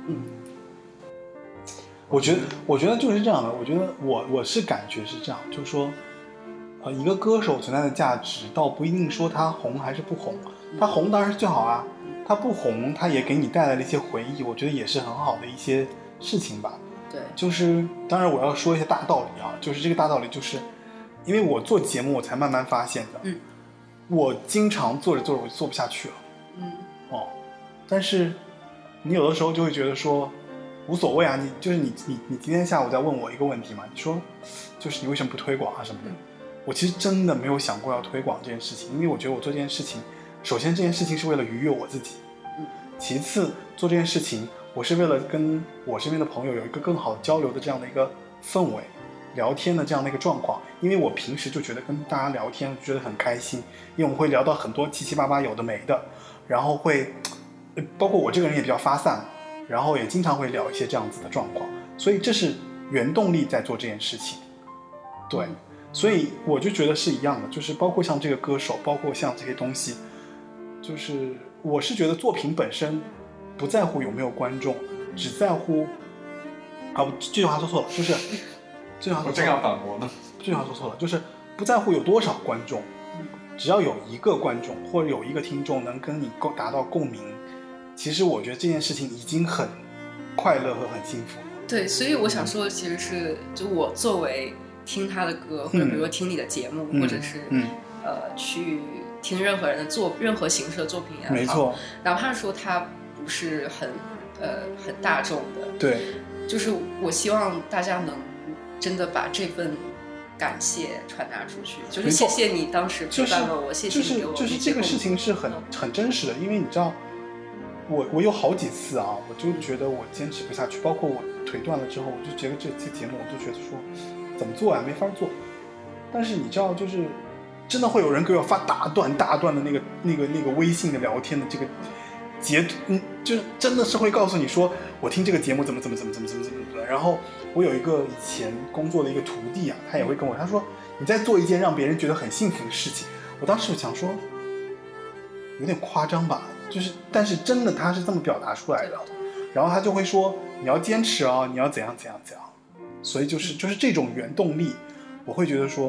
我觉得就是这样的。我觉得我是感觉是这样，就是说，一个歌手存在的价值，倒不一定说他红还是不红。他红当然是最好啊，他不红，他也给你带来了一些回忆，我觉得也是很好的一些事情吧。 对， 就是当然我要说一些大道理啊，就是这个大道理，就是因为我做节目，我才慢慢发现的。我经常做着做着我就做不下去了。但是你有的时候就会觉得说无所谓啊，你今天下午在问我一个问题嘛，你说就是你为什么不推广啊什么的。我其实真的没有想过要推广这件事情，因为我觉得我做这件事情，首先这件事情是为了愉悦我自己，其次做这件事情我是为了跟我身边的朋友有一个更好的交流的这样的一个氛围，聊天的这样的一个状况。因为我平时就觉得跟大家聊天觉得很开心，因为我们会聊到很多七七八八有的没的，然后会包括我这个人也比较发散，然后也经常会聊一些这样子的状况，所以这是原动力在做这件事情。对，所以我就觉得是一样的，就是包括像这个歌手，包括像这些东西，就是我是觉得作品本身不在乎有没有观众，只在乎这句话说错了，就是这句话说错了， 我正要反驳呢。 这句话说错了，就是不在乎有多少观众，只要有一个观众或者有一个听众能跟你达到共鸣，其实我觉得这件事情已经很快乐和很幸福了。 对，所以我想说的其实是，就我作为听他的歌，或者比如说听你的节目，或者是去听任何人的任何形式的作品也好， 没错， 哪怕说他不是很大众的， 对， 就是我希望大家能真的把这份感谢传达出去，就是谢谢你当时陪伴了我，谢谢你给我就是这个事情是很真实的。因为你知道我有好几次啊，我就觉得我坚持不下去，包括我腿断了之后，我就觉得这期节目我就觉得说怎么做呀，没法做。但是你知道，就是真的会有人给我发大段的那个微信的聊天的这个截图，就是真的是会告诉你说我听这个节目怎么，然后我有一个以前工作的一个徒弟啊，他也会跟我，他说你在做一件让别人觉得很幸福的事情。我当时想说有点夸张吧，就是但是真的他是这么表达出来的，然后他就会说你要坚持哦，你要怎样，所以就是这种原动力，我会觉得说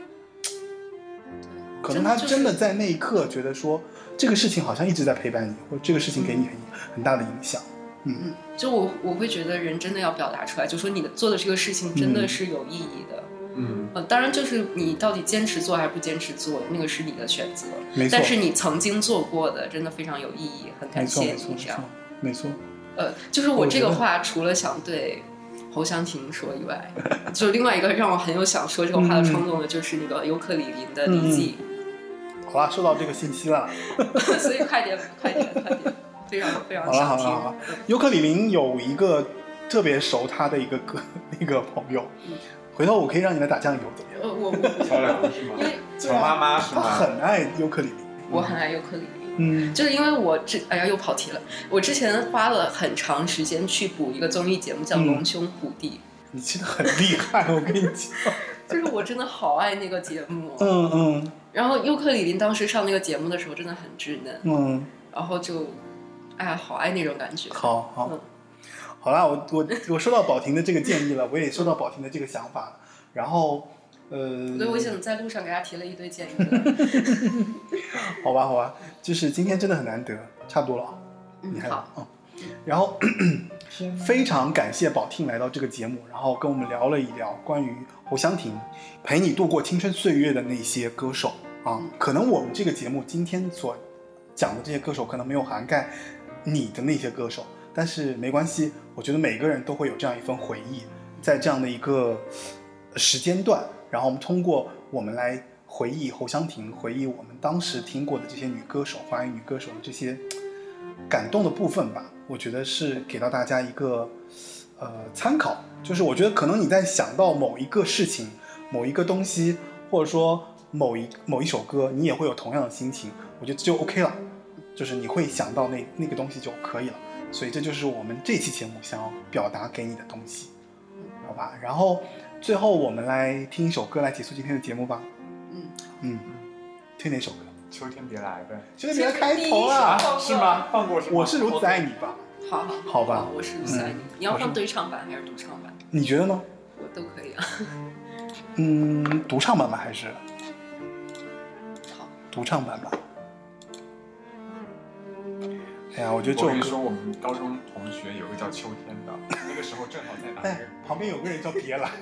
可能他真的在那一刻觉得说这个事情好像一直在陪伴你，或者这个事情给你很大的影响。 就我会觉得人真的要表达出来，就说你做的这个事情真的是有意义的。当然就是你到底坚持做还是不坚持做，那个是你的选择。没错。但是你曾经做过的真的非常有意义，很感谢你这样。 没错。 就是我这个话除了想对侯湘婷说以外，就另外一个让我很有想说这个话的冲动的，就是那个尤克里里的李记。 好了，收到这个信息了。 所以快点，非常想听。好了， 尤克里里有一个特别熟他的一个那个朋友，回头我可以让你来打酱油怎么样？ 我乔梁是吗？乔妈妈是吗？ 他很爱尤克里里， 我很爱尤克里里。就是因为我又跑题了。我之前花了很长时间去补一个综艺节目，叫《龙兄虎弟》。 你真的很厉害，我跟你讲。 就是我真的好爱那个节目。然后尤克里里当时上那个节目的时候真的很稚嫩。然后就，好爱那种感觉。 好啦，我收到宝婷的这个建议了，我也收到宝婷的这个想法了。然后， 所以我想在路上给他提了一堆建议。 好吧，就是今天真的很难得，差不多了啊。你还好。然后非常感谢宝婷来到这个节目，然后跟我们聊了一聊关于侯湘婷陪你度过青春岁月的那些歌手啊。可能我们这个节目今天所讲的这些歌手可能没有涵盖你的那些歌手，但是没关系，我觉得每个人都会有这样一份回忆，在这样的一个时间段，然后我们通过我们来回忆侯湘婷，回忆我们当时听过的这些女歌手，华语女歌手的这些感动的部分吧，我觉得是给到大家一个参考。就是我觉得可能你在想到某一个事情，某一个东西，或者说某一首歌，你也会有同样的心情，我觉得就 OK 了，就是你会想到那个东西就可以了。所以这就是我们这期节目想要表达给你的东西，好吧？然后最后我们来听一首歌来结束今天的节目吧。听哪首歌？ 秋天别来呗。 秋天别来开头了， 是吗？放过什么？ 我是如此爱你吧。 好好好吧我是Lucy爱你。你要放对唱版还是独唱版？ 你觉得呢？ 我都可以啊。 独唱版吧，还是好， 独唱版吧。哎呀，我觉得我跟你说，我们高中同学有个叫秋天的，那个时候正好在打。 哎，旁边有个人叫别来。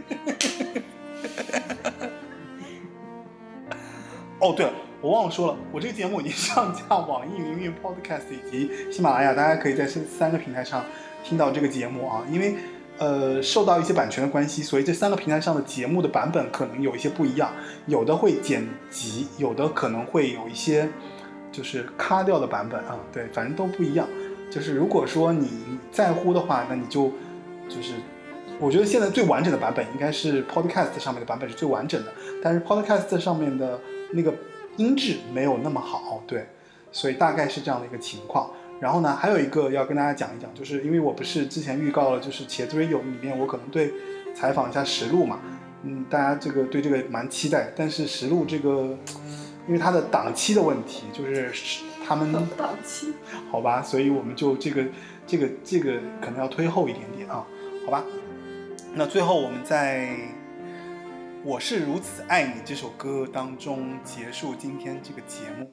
哦，对了，我忘了说了，我这个节目已经上架网易云音乐 Podcast 以及喜马拉雅，大家可以在这3个平台上听到这个节目啊。因为受到一些版权的关系，所以这3个平台上的节目的版本可能有一些不一样，有的会剪辑，有的可能会有一些就是卡掉的版本啊。对，反正都不一样。就是如果说你在乎的话，那你就是我觉得现在最完整的版本应该是 Podcast 上面的版本是最完整的，但是 Podcast 上面的那个音质没有那么好，对，所以大概是这样的一个情况。然后呢，还有一个要跟大家讲一讲，就是因为我不是之前预告了，就是茄子 Radio 里面我可能对采访一下实录嘛，大家这个对这个蛮期待，但是实录这个因为它的档期的问题，就是他们档期， 好吧，所以我们就这个可能要推后一点点啊，好吧。那最后我们在我是如此爱你这首歌当中结束今天这个节目。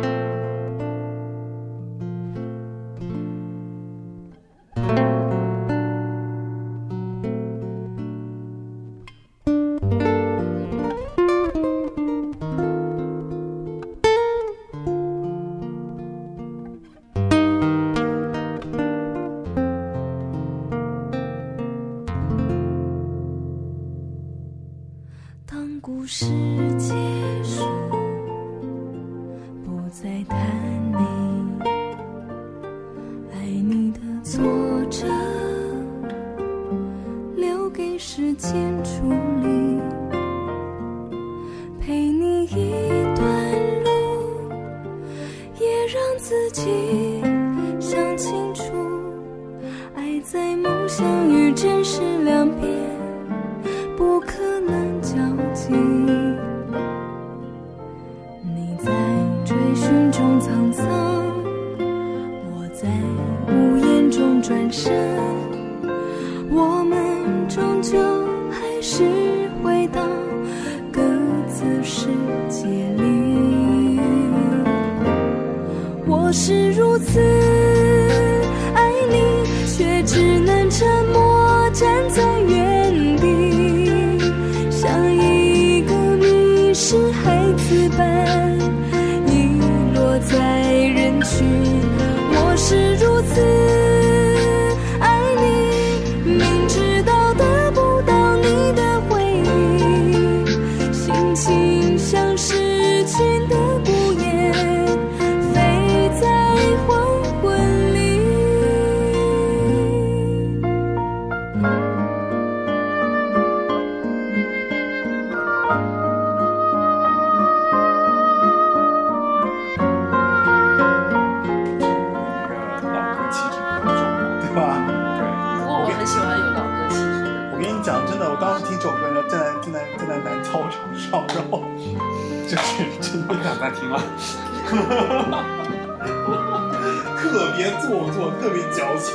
故事结束，不再谈你，爱你的作者留给时间处理，陪你一段路，也让自己想清楚，爱在梦想与真实两边不可能交集，你在追寻中沧桑，我在无言中转身，我们终究还是回到各自世界里。我是如此爱你，却只能沉默站在原地，像一个迷失孩子般遗落在人群。我是如此爱你，明知道得不到你的回应，心情像失去的孤雁，飞在黄昏里。 当时听这首歌呢，站在男操场上，然后就是真的不想再听了， 特别做作，特别矫情。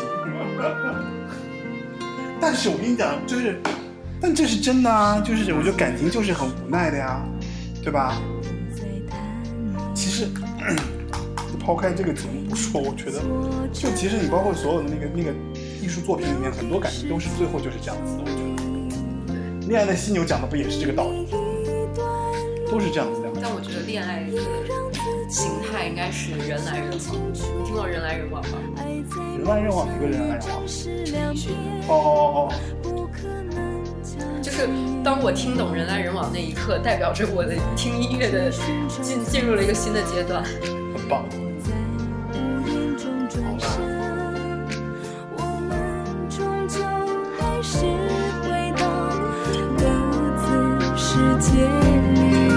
但是我跟你讲，但这是真的啊，就是我觉得感情就是很无奈的呀，对吧？其实抛开这个节目不说，我觉得就其实你包括所有的那个艺术作品里面，很多感情都是最后就是这样子的，我觉得。恋爱的犀牛讲的不也是这个道理，都是这样子的。 但我觉得恋爱的形态应该是人来人往。你听过人来人往吗？ 人来人往，哪个人来人往？ 陈奕迅。 哦。 就是当我听懂人来人往那一刻，代表着我的听音乐的进入了一个新的阶段。 很棒。 世界里，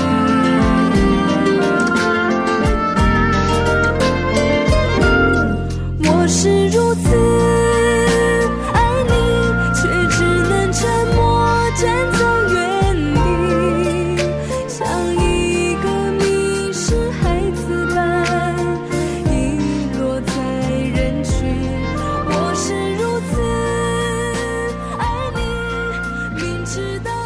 我是如此爱你，却只能沉默站在原地，像一个迷失孩子般遗落在人群。 知道。